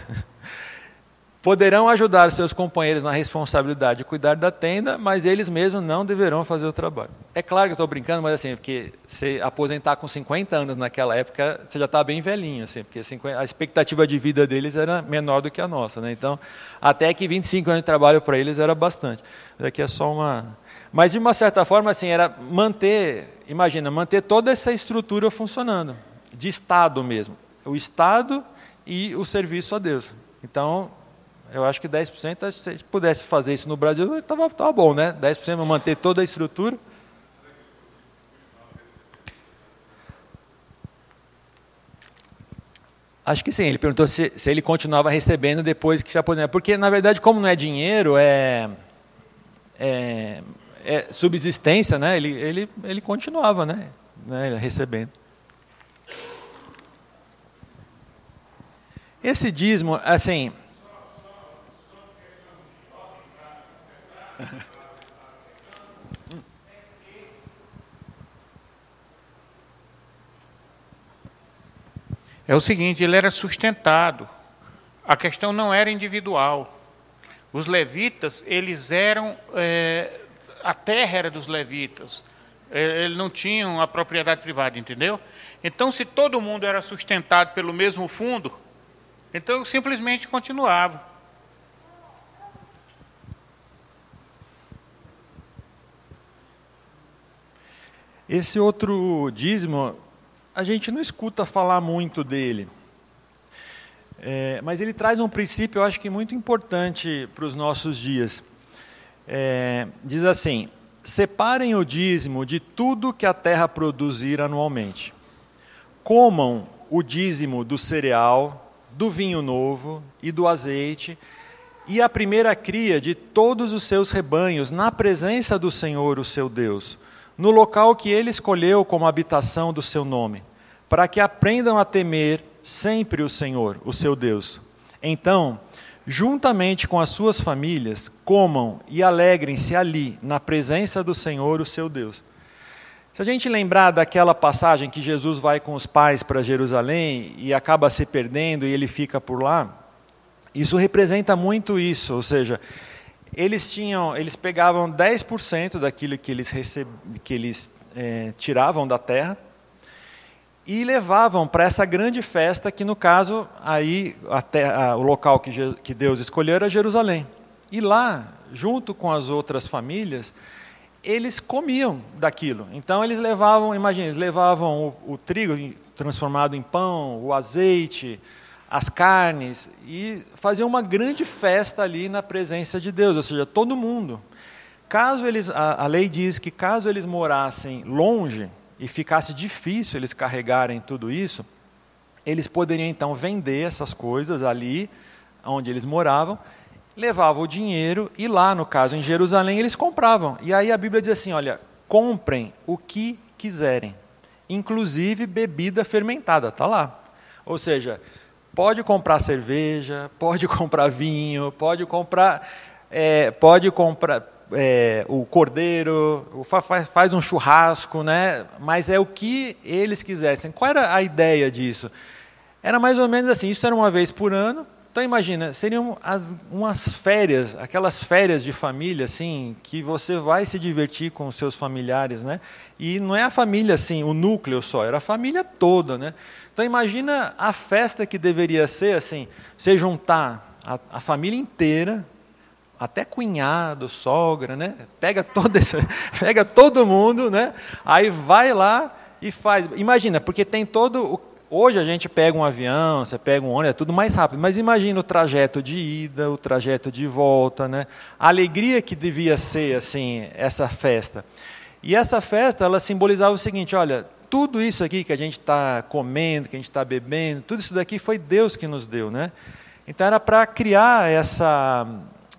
B: Poderão ajudar seus companheiros na responsabilidade de cuidar da tenda, mas eles mesmos não deverão fazer o trabalho. É claro que eu estou brincando, mas assim, porque se aposentar com 50 anos naquela época, você já está bem velhinho, assim, porque a expectativa de vida deles era menor do que a nossa, né? Então, até que 25 anos de trabalho para eles era bastante. Daqui é só uma... Mas, de uma certa forma, assim, era manter toda essa estrutura funcionando, de Estado mesmo. O Estado e o serviço a Deus. Então, eu acho que 10%, se a gente pudesse fazer isso no Brasil, estava bom, né? 10% manter toda a estrutura. Acho que sim, ele perguntou se ele continuava recebendo depois que se aposentou. Porque, na verdade, como não é dinheiro, é subsistência, né? Ele continuava, né? Recebendo. Esse dízimo, assim...
C: É o seguinte, ele era sustentado. A questão não era individual. Os levitas, eles eram... a terra era dos levitas. Eles não tinham a propriedade privada, entendeu? Então, se todo mundo era sustentado pelo mesmo fundo, então simplesmente continuava.
B: Esse outro dízimo, a gente não escuta falar muito dele. Mas ele traz um princípio, eu acho que muito importante para os nossos dias. Diz assim: separem o dízimo de tudo que a terra produzir anualmente. Comam o dízimo do cereal, do vinho novo e do azeite, e a primeira cria de todos os seus rebanhos, na presença do Senhor, o seu Deus, no local que ele escolheu como habitação do seu nome, para que aprendam a temer sempre o Senhor, o seu Deus. Então, juntamente com as suas famílias, comam e alegrem-se ali, na presença do Senhor, o seu Deus. Se a gente lembrar daquela passagem que Jesus vai com os pais para Jerusalém e acaba se perdendo e ele fica por lá, isso representa muito isso, ou seja, eles pegavam 10% daquilo que eles tiravam da terra e levavam para essa grande festa que, no caso, aí o local que Deus escolheu era Jerusalém. E lá, junto com as outras famílias, eles comiam daquilo. Então, eles levavam, imagina, eles levavam o trigo transformado em pão, o azeite, as carnes, e faziam uma grande festa ali na presença de Deus, ou seja, todo mundo. A lei diz que caso eles morassem longe e ficasse difícil eles carregarem tudo isso, eles poderiam então vender essas coisas ali onde eles moravam, levavam o dinheiro e lá, no caso, em Jerusalém, eles compravam. E aí a Bíblia diz assim, olha, comprem o que quiserem, inclusive bebida fermentada, está lá. Ou seja, pode comprar cerveja, pode comprar vinho, pode comprar o cordeiro, faz um churrasco, né? Mas é o que eles quisessem. Qual era a ideia disso? Era mais ou menos assim, isso era uma vez por ano. Então imagina, seriam umas férias, aquelas férias de família, assim, que você vai se divertir com os seus familiares, né? E não é a família assim, o núcleo só, era a família toda, né? Então imagina a festa que deveria ser assim, você juntar a família inteira, até cunhado, sogra, né? Pega todo mundo, né? Aí vai lá e faz. Imagina, porque tem todo hoje a gente pega um avião, você pega um ônibus, é tudo mais rápido, mas imagina o trajeto de ida, o trajeto de volta, né? A alegria que devia ser assim essa festa. E essa festa, ela simbolizava o seguinte, olha, tudo isso aqui que a gente está comendo, que a gente está bebendo, tudo isso daqui foi Deus que nos deu, né? Então era para criar essa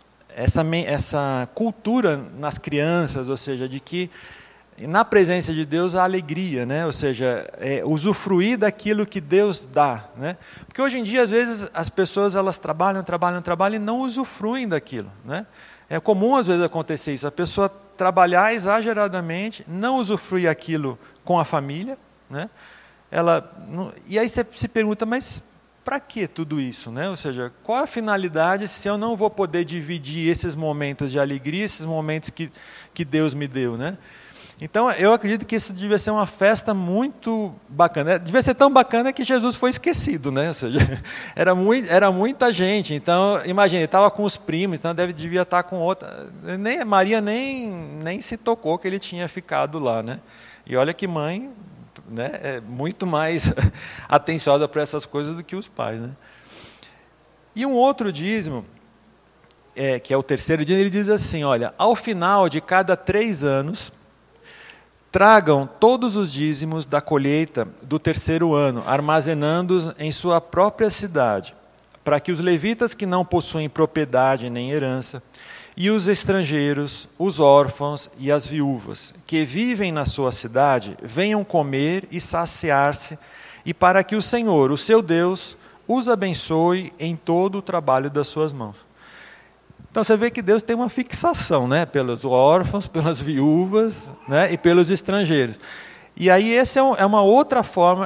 B: cultura nas crianças, ou seja, de que na presença de Deus há alegria, né? Ou seja, usufruir daquilo que Deus dá, né? Porque hoje em dia, às vezes, as pessoas elas trabalham e não usufruem daquilo, né? É comum, às vezes, acontecer isso, a pessoa trabalhar exageradamente, não usufruir aquilo com a família, né? E aí você se pergunta, mas para que tudo isso, né? Ou seja, qual a finalidade se eu não vou poder dividir esses momentos de alegria, esses momentos que Deus me deu, né? Então, eu acredito que isso devia ser uma festa muito bacana. Devia ser tão bacana que Jesus foi esquecido, né? Ou seja, era muita gente. Então, imagina, ele estava com os primos, então devia estar com outra. Maria nem se tocou que ele tinha ficado lá, né? E olha que mãe, né, é muito mais atenciosa para essas coisas do que os pais, né? E um outro dízimo, que é o terceiro dízimo, ele diz assim, olha, ao final de cada 3 anos, tragam todos os dízimos da colheita do 3º ano, armazenando-os em sua própria cidade, para que os levitas que não possuem propriedade nem herança, e os estrangeiros, os órfãos e as viúvas, que vivem na sua cidade, venham comer e saciar-se, e para que o Senhor, o seu Deus, os abençoe em todo o trabalho das suas mãos. Então você vê que Deus tem uma fixação, né, pelos órfãos, pelas viúvas, né, e pelos estrangeiros. E aí esse é uma outra forma,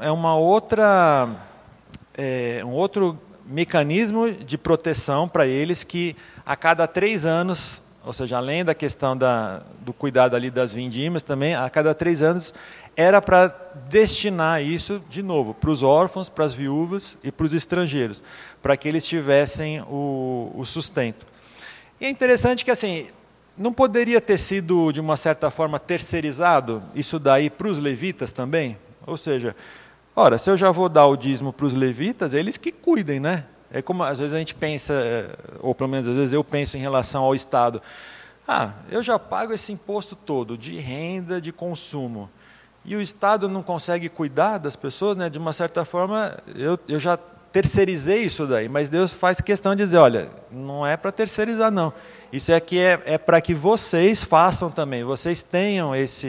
B: um outro mecanismo de proteção para eles que a cada 3 anos, ou seja, além da questão do cuidado ali das vindimas também, a cada 3 anos era para destinar isso de novo para os órfãos, para as viúvas e para os estrangeiros, para que eles tivessem o sustento. E é interessante que assim, não poderia ter sido de uma certa forma terceirizado isso daí para os levitas também? Ou seja, ora, se eu já vou dar o dízimo para os levitas, eles que cuidem, né? É como às vezes a gente pensa, ou pelo menos às vezes eu penso em relação ao Estado. Eu já pago esse imposto todo de renda, de consumo. E o Estado não consegue cuidar das pessoas, né? De uma certa forma, eu já terceirizei isso daí, mas Deus faz questão de dizer, olha, não é para terceirizar não. Isso aqui é para que vocês façam também, vocês tenham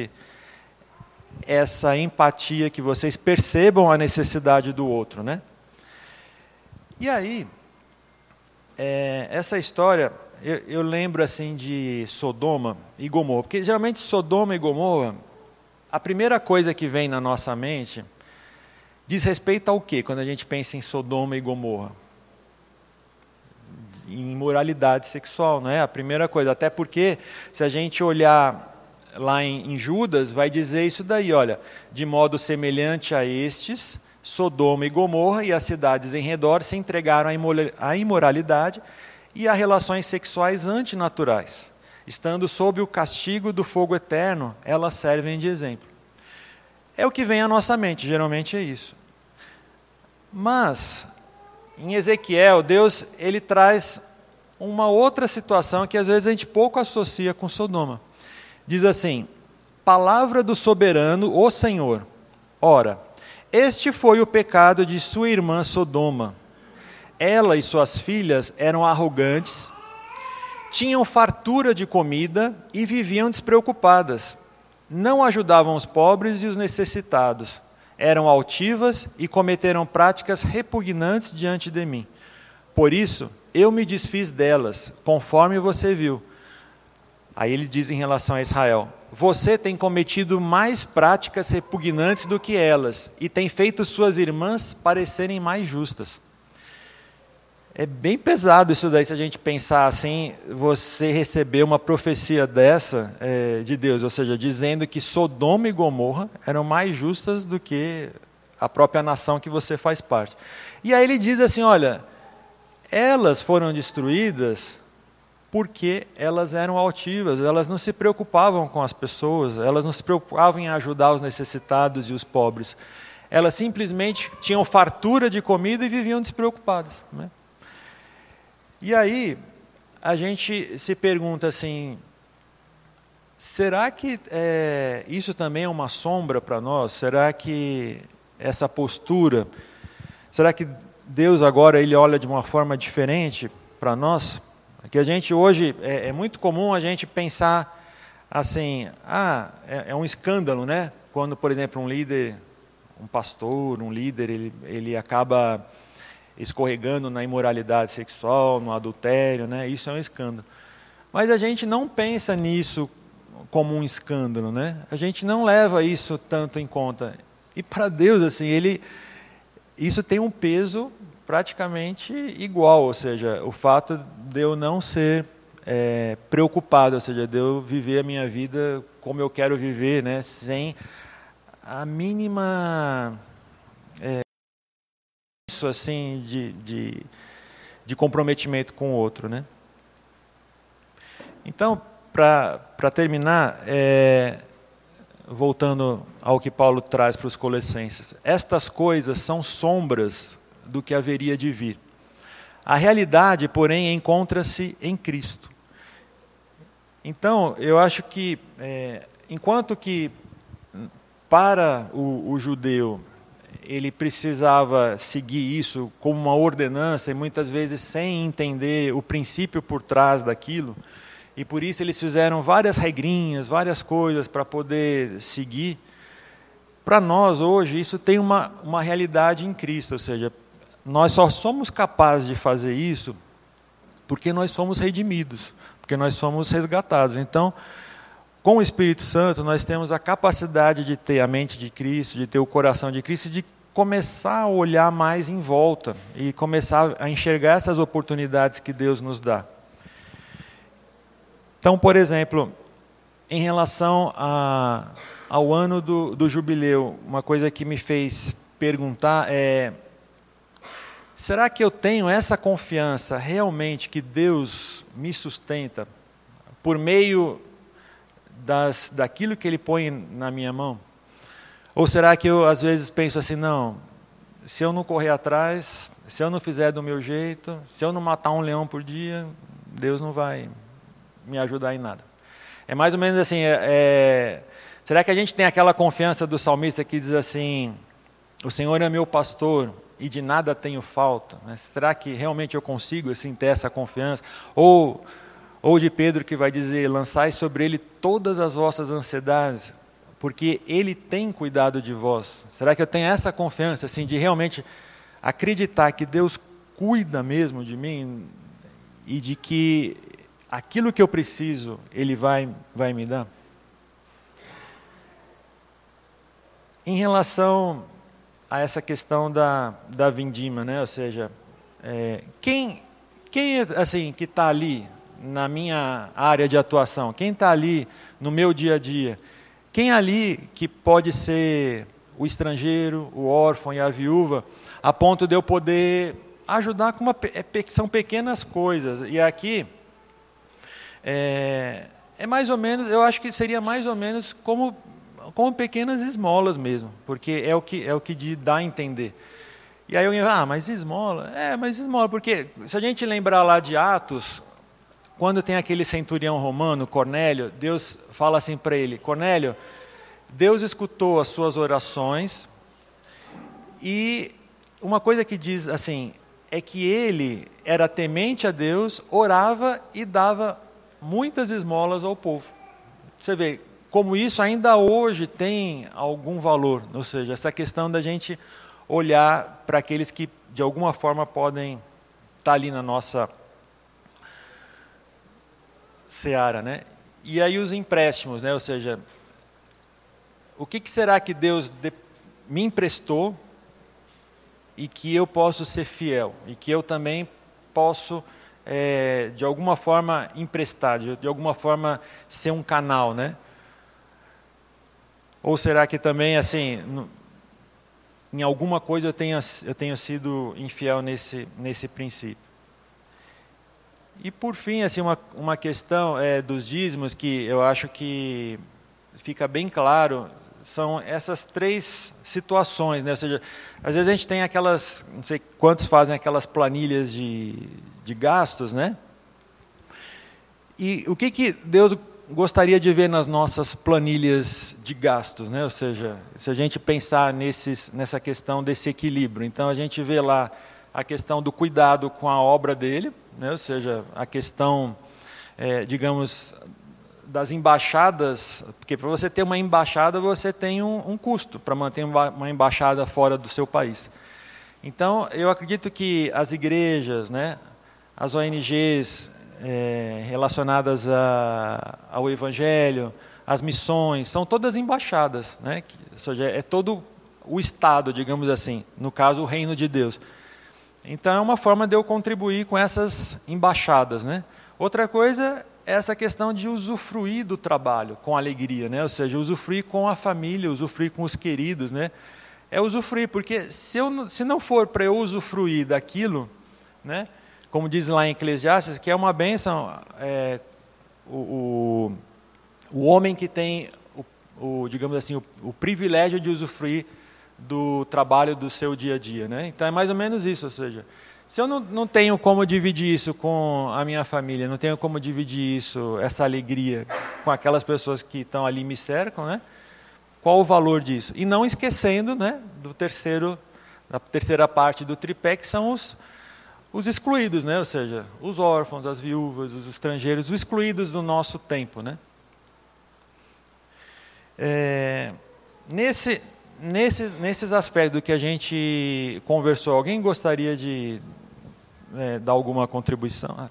B: essa empatia, que vocês percebam a necessidade do outro, né? E aí, essa história, eu lembro assim de Sodoma e Gomorra, porque geralmente Sodoma e Gomorra, a primeira coisa que vem na nossa mente diz respeito ao quê? Quando a gente pensa em Sodoma e Gomorra? Em imoralidade sexual, não é? A primeira coisa, até porque se a gente olhar lá em Judas, vai dizer isso daí, olha, de modo semelhante a estes, Sodoma e Gomorra e as cidades em redor se entregaram à imoralidade e a relações sexuais antinaturais. Estando sob o castigo do fogo eterno, elas servem de exemplo. É o que vem à nossa mente, geralmente é isso. Mas, em Ezequiel, Deus ele traz uma outra situação que às vezes a gente pouco associa com Sodoma. Diz assim, palavra do soberano, o Senhor, ora, este foi o pecado de sua irmã Sodoma. Ela e suas filhas eram arrogantes, tinham fartura de comida e viviam despreocupadas. não ajudavam os pobres e os necessitados, eram altivas e cometeram práticas repugnantes diante de mim. Por isso, eu me desfiz delas, conforme você viu. Aí ele diz em relação a Israel: você tem cometido mais práticas repugnantes do que elas, e tem feito suas irmãs parecerem mais justas. É bem pesado isso daí, se a gente pensar assim, você receber uma profecia dessa de Deus, ou seja, dizendo que Sodoma e Gomorra eram mais justas do que a própria nação que você faz parte. E aí ele diz assim, olha, elas foram destruídas porque elas eram altivas, elas não se preocupavam com as pessoas, elas não se preocupavam em ajudar os necessitados e os pobres. Elas simplesmente tinham fartura de comida e viviam despreocupadas, né? E aí, a gente se pergunta assim, será que isso também é uma sombra para nós? Será que essa postura, será que Deus agora ele olha de uma forma diferente para nós? Que a gente hoje, é muito comum a gente pensar assim, é um escândalo, né? Quando, por exemplo, um líder, um pastor, um líder, ele acaba escorregando na imoralidade sexual, no adultério, né? Isso é um escândalo. Mas a gente não pensa nisso como um escândalo, né? A gente não leva isso tanto em conta. E para Deus, assim, isso tem um peso praticamente igual, ou seja, o fato de eu não ser preocupado, ou seja, de eu viver a minha vida como eu quero viver, né? Sem a mínima assim de comprometimento com o outro, né? Então, para terminar, voltando ao que Paulo traz para os Colossenses, estas coisas são sombras do que haveria de vir. A realidade, porém, encontra-se em Cristo. Então, eu acho que, enquanto que para o judeu ele precisava seguir isso como uma ordenança, e muitas vezes sem entender o princípio por trás daquilo, e por isso eles fizeram várias regrinhas, várias coisas para poder seguir. Para nós, hoje, isso tem uma realidade em Cristo, ou seja, nós só somos capazes de fazer isso porque nós somos redimidos, porque nós somos resgatados. Então, com o Espírito Santo, nós temos a capacidade de ter a mente de Cristo, de ter o coração de Cristo, de começar a olhar mais em volta e começar a enxergar essas oportunidades que Deus nos dá. Então, por exemplo, em relação ao ano do jubileu, uma coisa que me fez perguntar será que eu tenho essa confiança realmente que Deus me sustenta por meio daquilo que Ele põe na minha mão? Ou será que eu, às vezes, penso assim, não, se eu não correr atrás, se eu não fizer do meu jeito, se eu não matar um leão por dia, Deus não vai me ajudar em nada. É mais ou menos assim, será que a gente tem aquela confiança do salmista que diz assim, o Senhor é meu pastor e de nada tenho falta, né? Será que realmente eu consigo assim, ter essa confiança? Ou de Pedro que vai dizer, lançai sobre ele todas as vossas ansiedades, porque ele tem cuidado de vós. Será que eu tenho essa confiança assim, de realmente acreditar que Deus cuida mesmo de mim e de que aquilo que eu preciso, Ele vai me dar? Em relação a essa questão da vindima, né? Ou seja, quem assim, que está ali na minha área de atuação, quem está ali no meu dia a dia, quem ali que pode ser o estrangeiro, o órfão e a viúva, a ponto de eu poder ajudar com são pequenas coisas. E aqui é mais ou menos, eu acho que seria mais ou menos como pequenas esmolas mesmo, porque é o que dá a entender. E aí eu mas esmola? Mas esmola, porque se a gente lembrar lá de Atos, quando tem aquele centurião romano, Cornélio, Deus fala assim para ele, Cornélio, Deus escutou as suas orações, e uma coisa que diz assim, é que ele era temente a Deus, orava e dava muitas esmolas ao povo. Você vê, como isso ainda hoje tem algum valor, ou seja, essa questão da gente olhar para aqueles que de alguma forma podem estar ali na nossa seara, né? E aí os empréstimos, né? Ou seja, o que será que Deus me emprestou e que eu posso ser fiel e que eu também posso de alguma forma emprestar, de alguma forma ser um canal, né? Ou será que também, assim, em alguma coisa eu tenho sido infiel nesse princípio? E por fim, assim, uma questão dos dízimos que eu acho que fica bem claro, são essas 3 situações, né? Ou seja, às vezes a gente tem aquelas, não sei quantos fazem aquelas planilhas de gastos, né? E o que Deus gostaria de ver nas nossas planilhas de gastos, né? Ou seja, se a gente pensar nessa questão desse equilíbrio, então a gente vê lá a questão do cuidado com a obra dele, né? Ou seja, a questão, digamos, das embaixadas, porque para você ter uma embaixada você tem um custo para manter uma embaixada fora do seu país. Então, eu acredito que as igrejas, né, as ONGs relacionadas ao Evangelho, as missões, são todas embaixadas, né? Ou seja, é todo o Estado, digamos assim, no caso o Reino de Deus. Então é uma forma de eu contribuir com essas embaixadas, né? Outra coisa é essa questão de usufruir do trabalho com alegria, né? Ou seja, usufruir com a família, usufruir com os queridos, né? É usufruir, porque se não for para eu usufruir daquilo, né? Como diz lá em Eclesiastes, que é uma bênção o homem que tem, digamos assim, o privilégio de usufruir do trabalho do seu dia a dia, né? Então é mais ou menos isso, ou seja, se eu não tenho como dividir isso com a minha família, não tenho como dividir isso, essa alegria, com aquelas pessoas que estão ali e me cercam, né? Qual o valor disso? E não esquecendo, né, da terceira parte do tripé, que são os excluídos, né? Ou seja, os órfãos, as viúvas, os estrangeiros, os excluídos do nosso tempo, né? Nesses aspectos do que a gente conversou, alguém gostaria de dar alguma contribuição?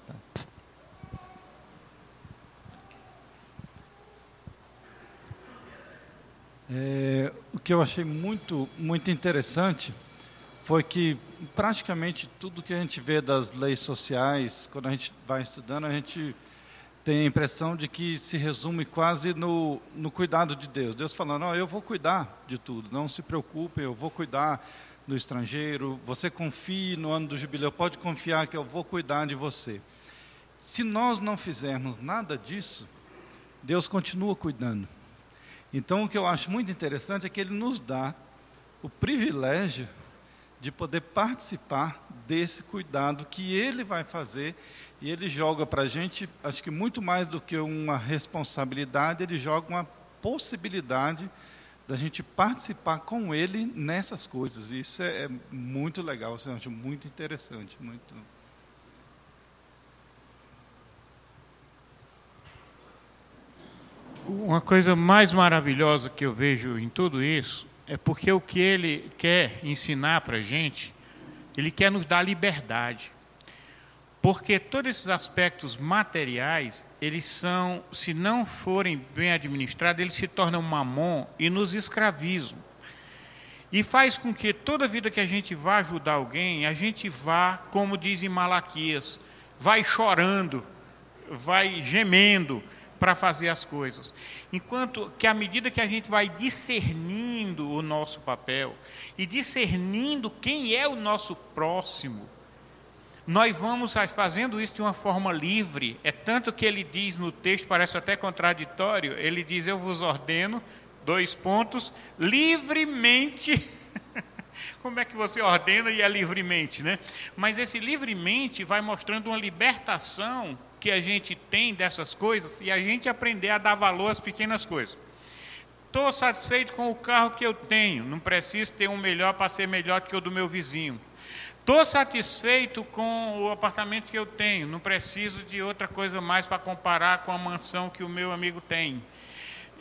D: O que eu achei muito, muito interessante foi que praticamente tudo que a gente vê das leis sociais, quando a gente vai estudando, a gente tem a impressão de que se resume quase no cuidado de Deus. Deus falando, eu vou cuidar de tudo, não se preocupem, eu vou cuidar do estrangeiro, você confie no ano do jubileu, pode confiar que eu vou cuidar de você. Se nós não fizermos nada disso, Deus continua cuidando. Então, o que eu acho muito interessante é que Ele nos dá o privilégio de poder participar desse cuidado que Ele vai fazer, e Ele joga para a gente, acho que muito mais do que uma responsabilidade, Ele joga uma possibilidade da gente participar com Ele nessas coisas, e isso é muito legal, eu acho muito interessante, muito...
C: Uma coisa mais maravilhosa que eu vejo em tudo isso é porque o que Ele quer ensinar para a gente, Ele quer nos dar liberdade. Porque todos esses aspectos materiais, eles são, se não forem bem administrados, eles se tornam mamon e nos escravizam. E faz com que toda vida que a gente vá ajudar alguém, a gente vá, como diz em Malaquias, vai chorando, vai gemendo para fazer as coisas. Enquanto que à medida que a gente vai discernindo o nosso papel e discernindo quem é o nosso próximo, nós vamos fazendo isso de uma forma livre. É tanto que ele diz no texto, parece até contraditório, ele diz, eu vos ordeno, livremente. Como é que você ordena e é livremente, né? Mas esse livremente vai mostrando uma libertação que a gente tem dessas coisas e a gente aprender a dar valor às pequenas coisas. Estou satisfeito com o carro que eu tenho, não preciso ter um melhor para ser melhor que o do meu vizinho. Estou satisfeito com o apartamento que eu tenho, não preciso de outra coisa mais para comparar com a mansão que o meu amigo tem.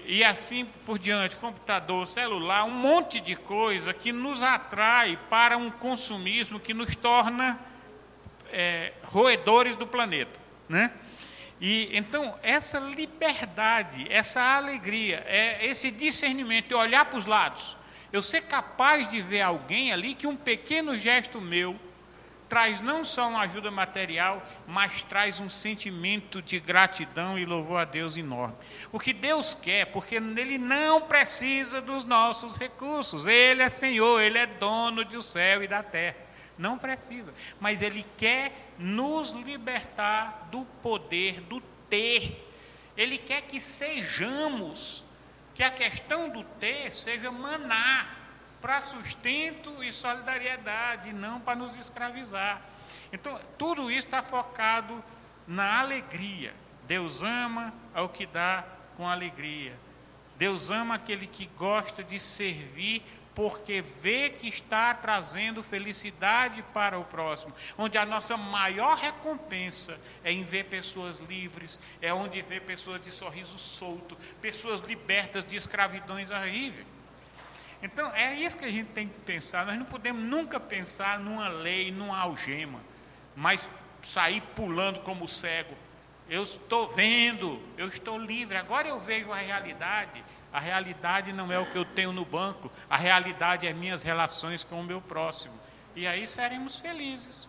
C: e assim por diante, computador, celular, um monte de coisa que nos atrai para um consumismo que nos torna roedores do planeta, né? E então essa liberdade, essa alegria, esse discernimento de olhar para os lados, eu ser capaz de ver alguém ali que um pequeno gesto meu traz não só uma ajuda material, mas traz um sentimento de gratidão e louvor a Deus enorme. O que Deus quer, porque Ele não precisa dos nossos recursos, Ele é Senhor, Ele é dono do céu e da terra, não precisa, mas Ele quer nos libertar do poder do ter, Ele quer que sejamos, que a questão do ter seja maná, para sustento e solidariedade, não para nos escravizar. Então, tudo isso está focado na alegria. Deus ama ao que dá com alegria. Deus ama aquele que gosta de servir, porque vê que está trazendo felicidade para o próximo. Onde a nossa maior recompensa é em ver pessoas livres, é onde ver pessoas de sorriso solto, pessoas libertas de escravidões horríveis. Então, é isso que a gente tem que pensar. Nós não podemos nunca pensar numa lei, numa algema, mas sair pulando como cego. Eu estou vendo, eu estou livre, agora eu vejo a realidade. A realidade não é o que eu tenho no banco, a realidade é minhas relações com o meu próximo. E aí seremos felizes.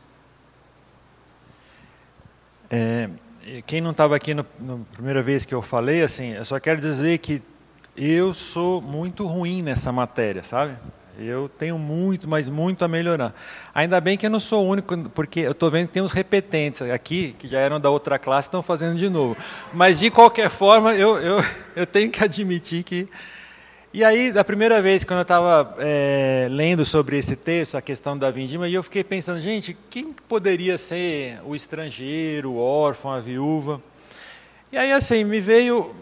B: Quem não estava aqui na primeira vez que eu falei, assim, eu só quero dizer que eu sou muito ruim nessa matéria, sabe? Eu tenho muito, mas muito a melhorar. Ainda bem que eu não sou o único, porque eu estou vendo que tem uns repetentes aqui, que já eram da outra classe, estão fazendo de novo. Mas, de qualquer forma, eu tenho que admitir que... E aí, da primeira vez, quando eu estava lendo sobre esse texto, a questão da vindima, e eu fiquei pensando, gente, quem poderia ser o estrangeiro, o órfão, a viúva? E aí, assim, me veio...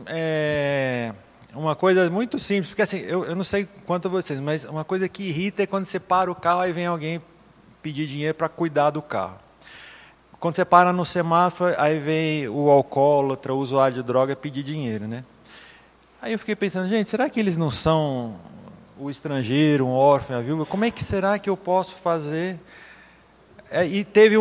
B: uma coisa muito simples, porque assim, eu não sei quanto a vocês, mas uma coisa que irrita é quando você para o carro e vem alguém pedir dinheiro para cuidar do carro. Quando você para no semáforo, aí vem o alcoólatra, o usuário de droga pedir dinheiro, né? Aí eu fiquei pensando, gente, será que eles não são o estrangeiro, um órfão, a viúva? Como é que será que eu posso fazer? E teve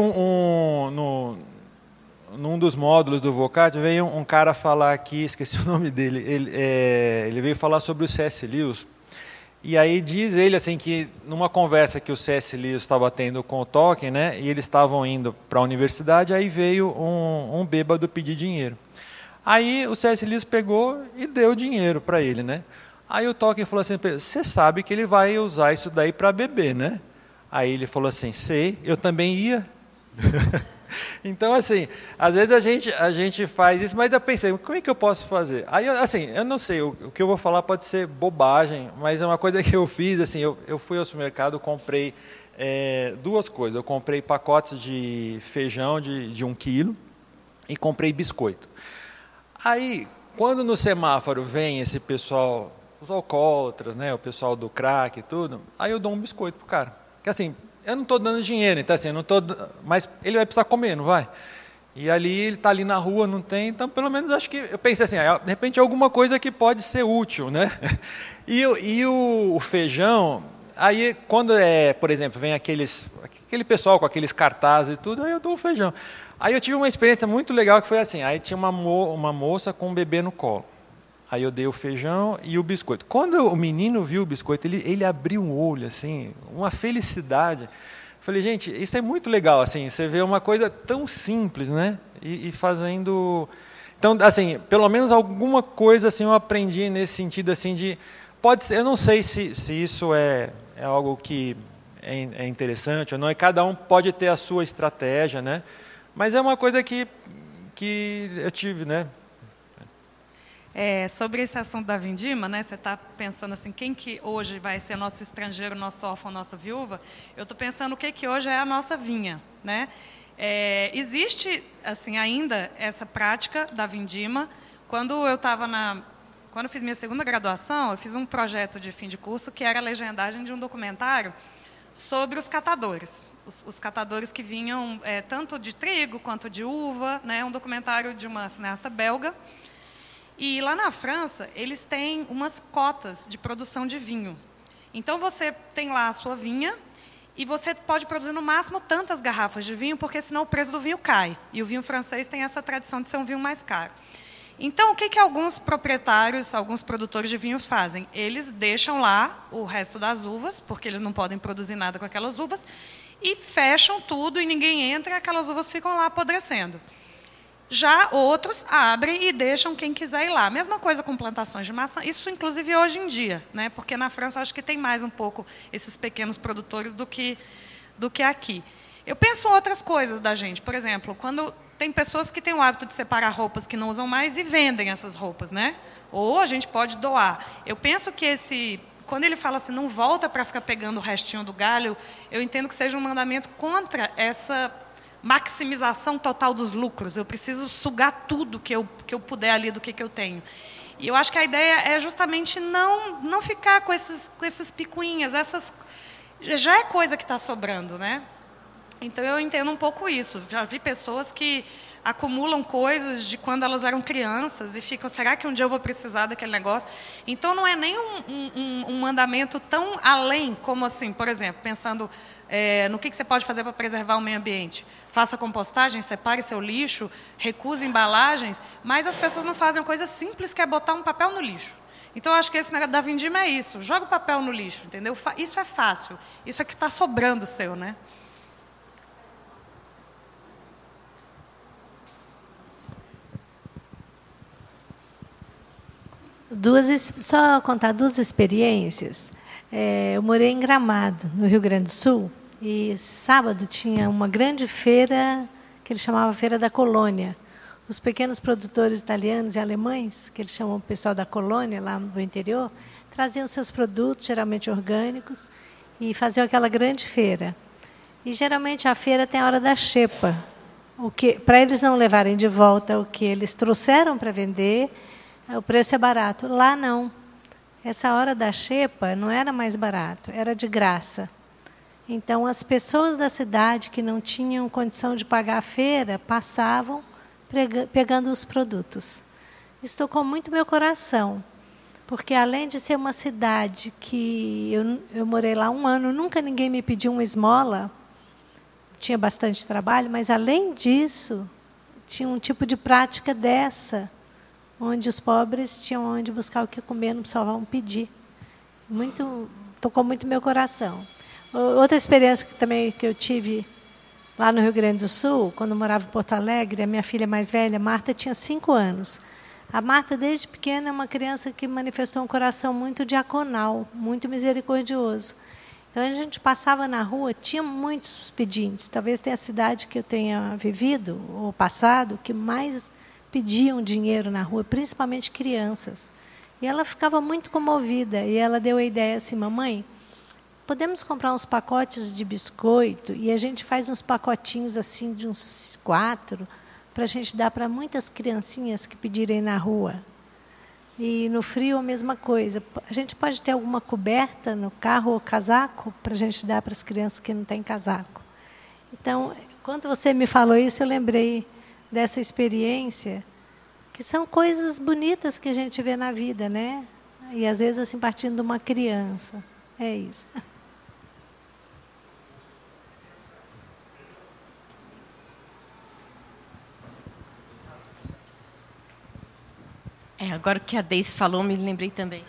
B: num dos módulos do Vocad, veio um cara falar aqui, esqueci o nome dele, ele veio falar sobre o C.S. Lewis, e aí diz ele assim que numa conversa que o C.S. Lewis estava tendo com o Tolkien, né, e eles estavam indo para a universidade, aí veio um bêbado pedir dinheiro. Aí o C.S. Lewis pegou e deu dinheiro para ele, né? Aí o Tolkien falou assim, você sabe que ele vai usar isso daí para beber, né? Aí ele falou assim, sei, eu também ia. Então, assim, às vezes a gente faz isso, mas eu pensei, como é que eu posso fazer? Aí, assim, eu não sei, o que eu vou falar pode ser bobagem, mas é uma coisa que eu fiz, assim, eu fui ao supermercado, comprei duas coisas. Eu comprei pacotes de feijão de 1 quilo e comprei biscoito. Aí, quando no semáforo vem esse pessoal, os alcoólatras, né, o pessoal do crack e tudo, aí eu dou um biscoito pro cara. Porque, assim, eu não estou dando dinheiro, então assim, eu não tô, mas ele vai precisar comer, não vai? E ali ele está ali na rua, não tem, então pelo menos acho que eu pensei assim, de repente alguma coisa que pode ser útil, né? E o feijão, aí quando por exemplo, vem aquele pessoal com aqueles cartazes e tudo, aí eu dou o feijão. Aí eu tive uma experiência muito legal que foi assim, aí tinha uma moça com um bebê no colo. Aí eu dei o feijão e o biscoito. Quando o menino viu o biscoito, ele abriu um olho, assim, uma felicidade. Falei, gente, isso é muito legal, assim, você vê uma coisa tão simples, né? E fazendo... Então, assim, pelo menos alguma coisa assim, eu aprendi nesse sentido, assim, de... Pode ser, eu não sei se isso é algo que é interessante ou não, e cada um pode ter a sua estratégia, né? Mas é uma coisa que eu tive, né?
E: Sobre esse assunto da vindima, né, você está pensando assim, quem que hoje vai ser nosso estrangeiro, nosso órfão, nossa viúva? Eu estou pensando o que hoje é a nossa vinha, né? Existe assim ainda essa prática da vindima. Quando eu fiz minha segunda graduação, eu fiz um projeto de fim de curso que era a legendagem de um documentário sobre os catadores. Os catadores que vinham tanto de trigo quanto de uva, né? Um documentário de uma cineasta belga. E lá na França, eles têm umas cotas de produção de vinho. Então, você tem lá a sua vinha e você pode produzir no máximo tantas garrafas de vinho, porque senão o preço do vinho cai. E o vinho francês tem essa tradição de ser um vinho mais caro. Então, o que alguns proprietários, alguns produtores de vinhos fazem? Eles deixam lá o resto das uvas, porque eles não podem produzir nada com aquelas uvas, e fecham tudo e ninguém entra e aquelas uvas ficam lá apodrecendo. Já outros abrem e deixam quem quiser ir lá. Mesma coisa com plantações de maçã, isso inclusive hoje em dia, né? Porque na França eu acho que tem mais um pouco esses pequenos produtores do que aqui. Eu penso em outras coisas da gente, por exemplo, quando tem pessoas que têm o hábito de separar roupas que não usam mais e vendem essas roupas, né? Ou a gente pode doar. Eu penso que quando ele fala assim, não volta para ficar pegando o restinho do galho, eu entendo que seja um mandamento contra essa maximização total dos lucros. Eu preciso sugar tudo que eu puder ali do que eu tenho. E eu acho que a ideia é justamente não ficar com esses picuinhas, já é coisa que está sobrando, né? Então, eu entendo um pouco isso. Já vi pessoas que acumulam coisas de quando elas eram crianças e ficam, será que um dia eu vou precisar daquele negócio? Então, não é nem um mandamento tão além como assim, por exemplo, pensando no que você pode fazer para preservar o meio ambiente. Faça compostagem, separe seu lixo, recuse embalagens, mas as pessoas não fazem uma coisa simples que é botar um papel no lixo. Então, eu acho que esse negócio da vindima é isso. Joga o papel no lixo, entendeu? Isso é fácil. Isso é que está sobrando seu, né?
F: Só contar duas experiências. Eu morei em Gramado, no Rio Grande do Sul, e sábado tinha uma grande feira que eles chamavam Feira da Colônia. Os pequenos produtores italianos e alemães, que eles chamam o pessoal da colônia, lá no interior, traziam seus produtos, geralmente orgânicos, e faziam aquela grande feira. E, geralmente, a feira tem a hora da xepa, para eles não levarem de volta o que eles trouxeram para vender. O preço é barato. Lá, não. Essa hora da xepa não era mais barato, era de graça. Então, as pessoas da cidade que não tinham condição de pagar a feira passavam pegando os produtos. Isso tocou muito meu coração, porque, além de ser uma cidade que eu morei lá 1 ano, nunca ninguém me pediu uma esmola, tinha bastante trabalho, mas, além disso, tinha um tipo de prática dessa, onde os pobres tinham onde buscar o que comer, não precisavam pedir. Tocou muito meu coração. Outra experiência que eu tive lá no Rio Grande do Sul, quando eu morava em Porto Alegre, a minha filha mais velha, Marta, tinha 5 anos. A Marta, desde pequena, é uma criança que manifestou um coração muito diaconal, muito misericordioso. Então, a gente passava na rua, tinha muitos pedintes. Talvez tenha a cidade que eu tenha vivido, ou passado, que mais pediam dinheiro na rua, principalmente crianças. E ela ficava muito comovida. E ela deu a ideia assim, mamãe, podemos comprar uns pacotes de biscoito e a gente faz uns pacotinhos assim de uns 4 para a gente dar para muitas criancinhas que pedirem na rua. E no frio a mesma coisa. A gente pode ter alguma coberta no carro ou casaco para a gente dar para as crianças que não têm casaco. Então, quando você me falou isso, eu lembrei dessa experiência, que são coisas bonitas que a gente vê na vida, né? E, às vezes, assim, partindo de uma criança. É isso.
G: Agora que a Deise falou, me lembrei também.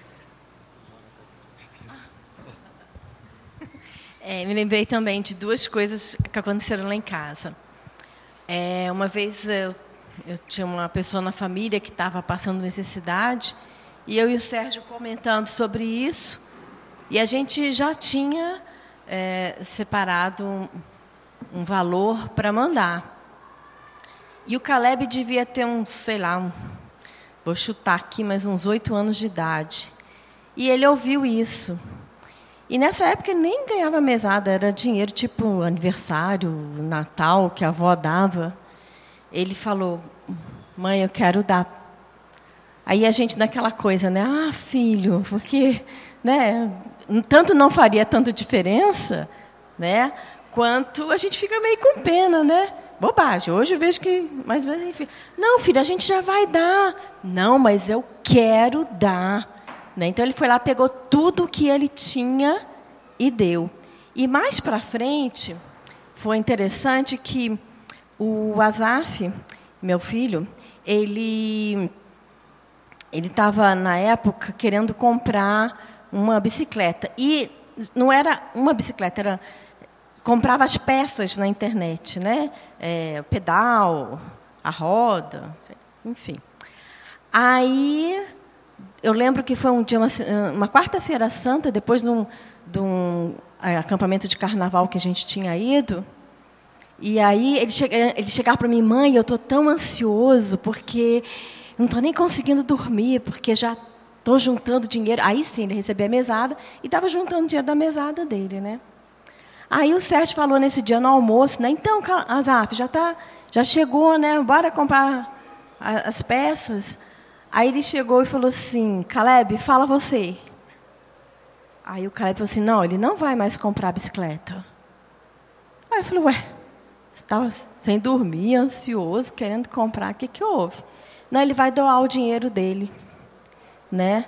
G: Me lembrei também de 2 coisas que aconteceram lá em casa. Uma vez eu tinha uma pessoa na família que estava passando necessidade, e eu e o Sérgio comentando sobre isso, e a gente já tinha separado um valor para mandar. E o Caleb devia ter vou chutar aqui, mas uns 8 anos de idade. E ele ouviu isso. E nessa época ele nem ganhava mesada, era dinheiro tipo aniversário, Natal, que a avó dava. Ele falou, mãe, eu quero dar. Aí a gente naquela coisa, né? Ah, filho, porque, né, tanto não faria tanta diferença, né, quanto a gente fica meio com pena, né? bobagem. Hoje eu vejo que... Mas, enfim, não, filho, a gente já vai dar. Não, mas eu quero dar. Né? Então, ele foi lá, pegou tudo que ele tinha e deu. E mais para frente, foi interessante que o Asaf, meu filho, ele estava, na época, querendo comprar uma bicicleta. E não era uma bicicleta, comprava as peças na internet, né? O pedal, a roda, enfim. Aí, eu lembro que foi um dia, uma quarta-feira santa, depois de um acampamento de carnaval que a gente tinha ido. E aí ele chegava para mim, mãe, eu estou tão ansioso, porque não estou nem conseguindo dormir, porque já estou juntando dinheiro. Aí sim, ele recebia a mesada e estava juntando dinheiro da mesada dele, né? Aí o Sérgio falou nesse dia no almoço, né? Então, Asaf, já chegou, né? Bora comprar as peças. Aí ele chegou e falou assim, Caleb, fala você. Aí o Caleb falou assim, não, ele não vai mais comprar a bicicleta. Aí eu falei, ué, você estava sem dormir, ansioso, querendo comprar, o que houve? Não, ele vai doar o dinheiro dele. Né?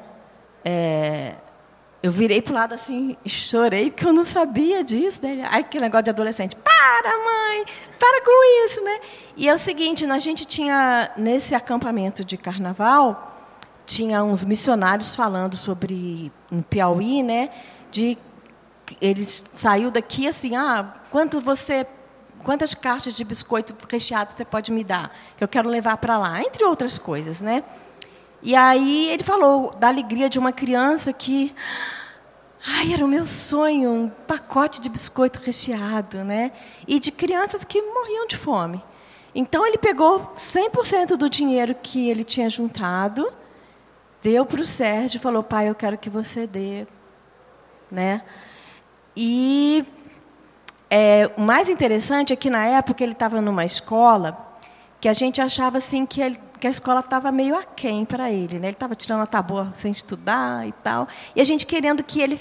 G: Eu virei para o lado assim e chorei, porque eu não sabia disso. Né? Aí aquele negócio de adolescente, para, mãe, para com isso. Né? E é o seguinte, a gente tinha, nesse acampamento de carnaval, tinha uns missionários falando sobre, no Piauí, né, eles saiu daqui assim, quantas caixas de biscoito recheado você pode me dar? Que eu quero levar para lá, entre outras coisas, né? E aí ele falou da alegria de uma criança que, era o meu sonho, um pacote de biscoito recheado, né? E de crianças que morriam de fome. Então ele pegou 100% do dinheiro que ele tinha juntado, deu para o Sérgio e falou, pai, eu quero que você dê, né? E o mais interessante é que, na época, ele estava numa escola que a gente achava assim, que a escola estava meio aquém para ele. Né? Ele estava tirando a taboa sem estudar e tal. E a gente querendo que ele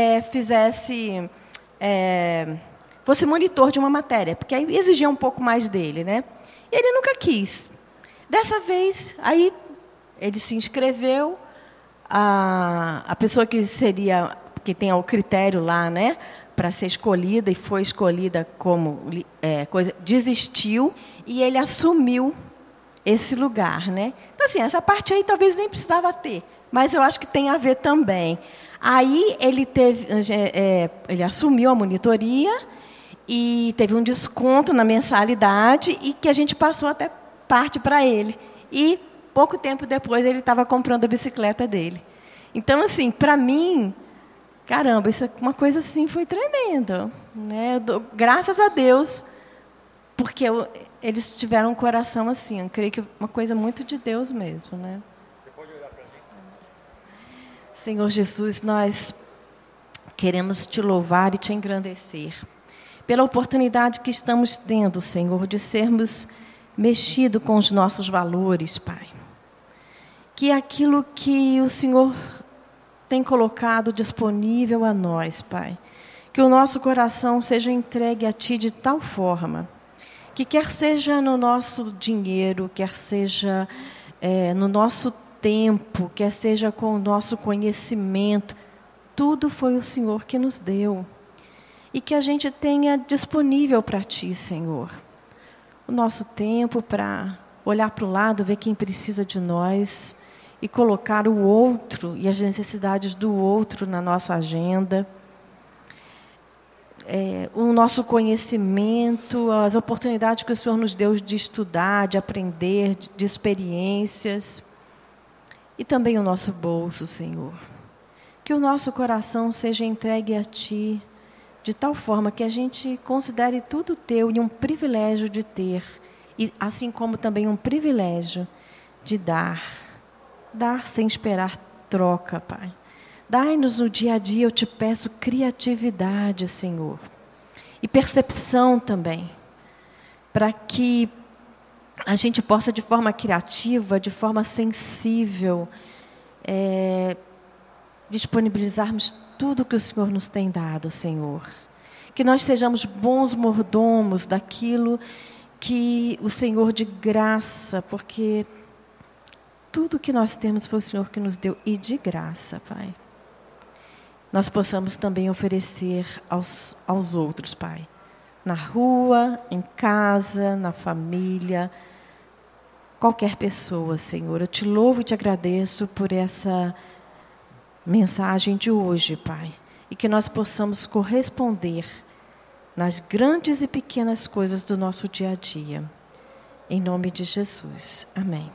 G: fosse monitor de uma matéria, porque aí exigia um pouco mais dele. Né? E ele nunca quis. Dessa vez, aí ele se inscreveu. A pessoa que tem o critério lá, né, para ser escolhida, e foi escolhida como desistiu, e ele assumiu esse lugar. Né? Então, assim, essa parte aí talvez nem precisava ter, mas eu acho que tem a ver também. Aí ele assumiu a monitoria e teve um desconto na mensalidade e que a gente passou até parte para ele. E, pouco tempo depois, ele estava comprando a bicicleta dele. Então, assim, para mim... Caramba, isso é uma coisa assim, foi tremenda. Né? Graças a Deus, porque eles tiveram um coração assim. Eu creio que é uma coisa muito de Deus mesmo. Né? Você pode olhar para a gente? Senhor Jesus, nós queremos te louvar e te engrandecer pela oportunidade que estamos tendo, Senhor, de sermos mexidos com os nossos valores, Pai. Que aquilo que o Senhor tem colocado disponível a nós, Pai. Que o nosso coração seja entregue a Ti de tal forma que, quer seja no nosso dinheiro, quer seja no nosso tempo, quer seja com o nosso conhecimento, tudo foi o Senhor que nos deu. E que a gente tenha disponível para Ti, Senhor, o nosso tempo para olhar para o lado, ver quem precisa de nós, e colocar o outro e as necessidades do outro na nossa agenda. O nosso conhecimento, as oportunidades que o Senhor nos deu de estudar, de aprender, de experiências. E também o nosso bolso, Senhor. Que o nosso coração seja entregue a Ti, de tal forma que a gente considere tudo Teu e um privilégio de ter, e assim como também um privilégio de dar. Dar sem esperar troca, Pai. Dai-nos no dia a dia, eu te peço, criatividade, Senhor. E percepção também. Para que a gente possa, de forma criativa, de forma sensível, disponibilizarmos tudo que o Senhor nos tem dado, Senhor. Que nós sejamos bons mordomos daquilo que o Senhor de graça, porque tudo que nós temos foi o Senhor que nos deu, e de graça, Pai, nós possamos também oferecer aos outros, Pai. Na rua, em casa, na família, qualquer pessoa, Senhor. Eu te louvo e te agradeço por essa mensagem de hoje, Pai. E que nós possamos corresponder nas grandes e pequenas coisas do nosso dia a dia. Em nome de Jesus. Amém.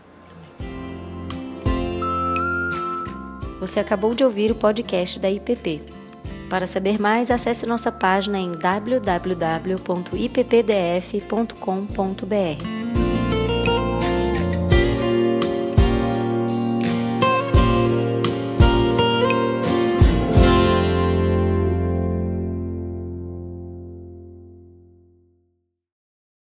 A: Você acabou de ouvir o podcast da IPP. Para saber mais, acesse nossa página em www.ippdf.com.br.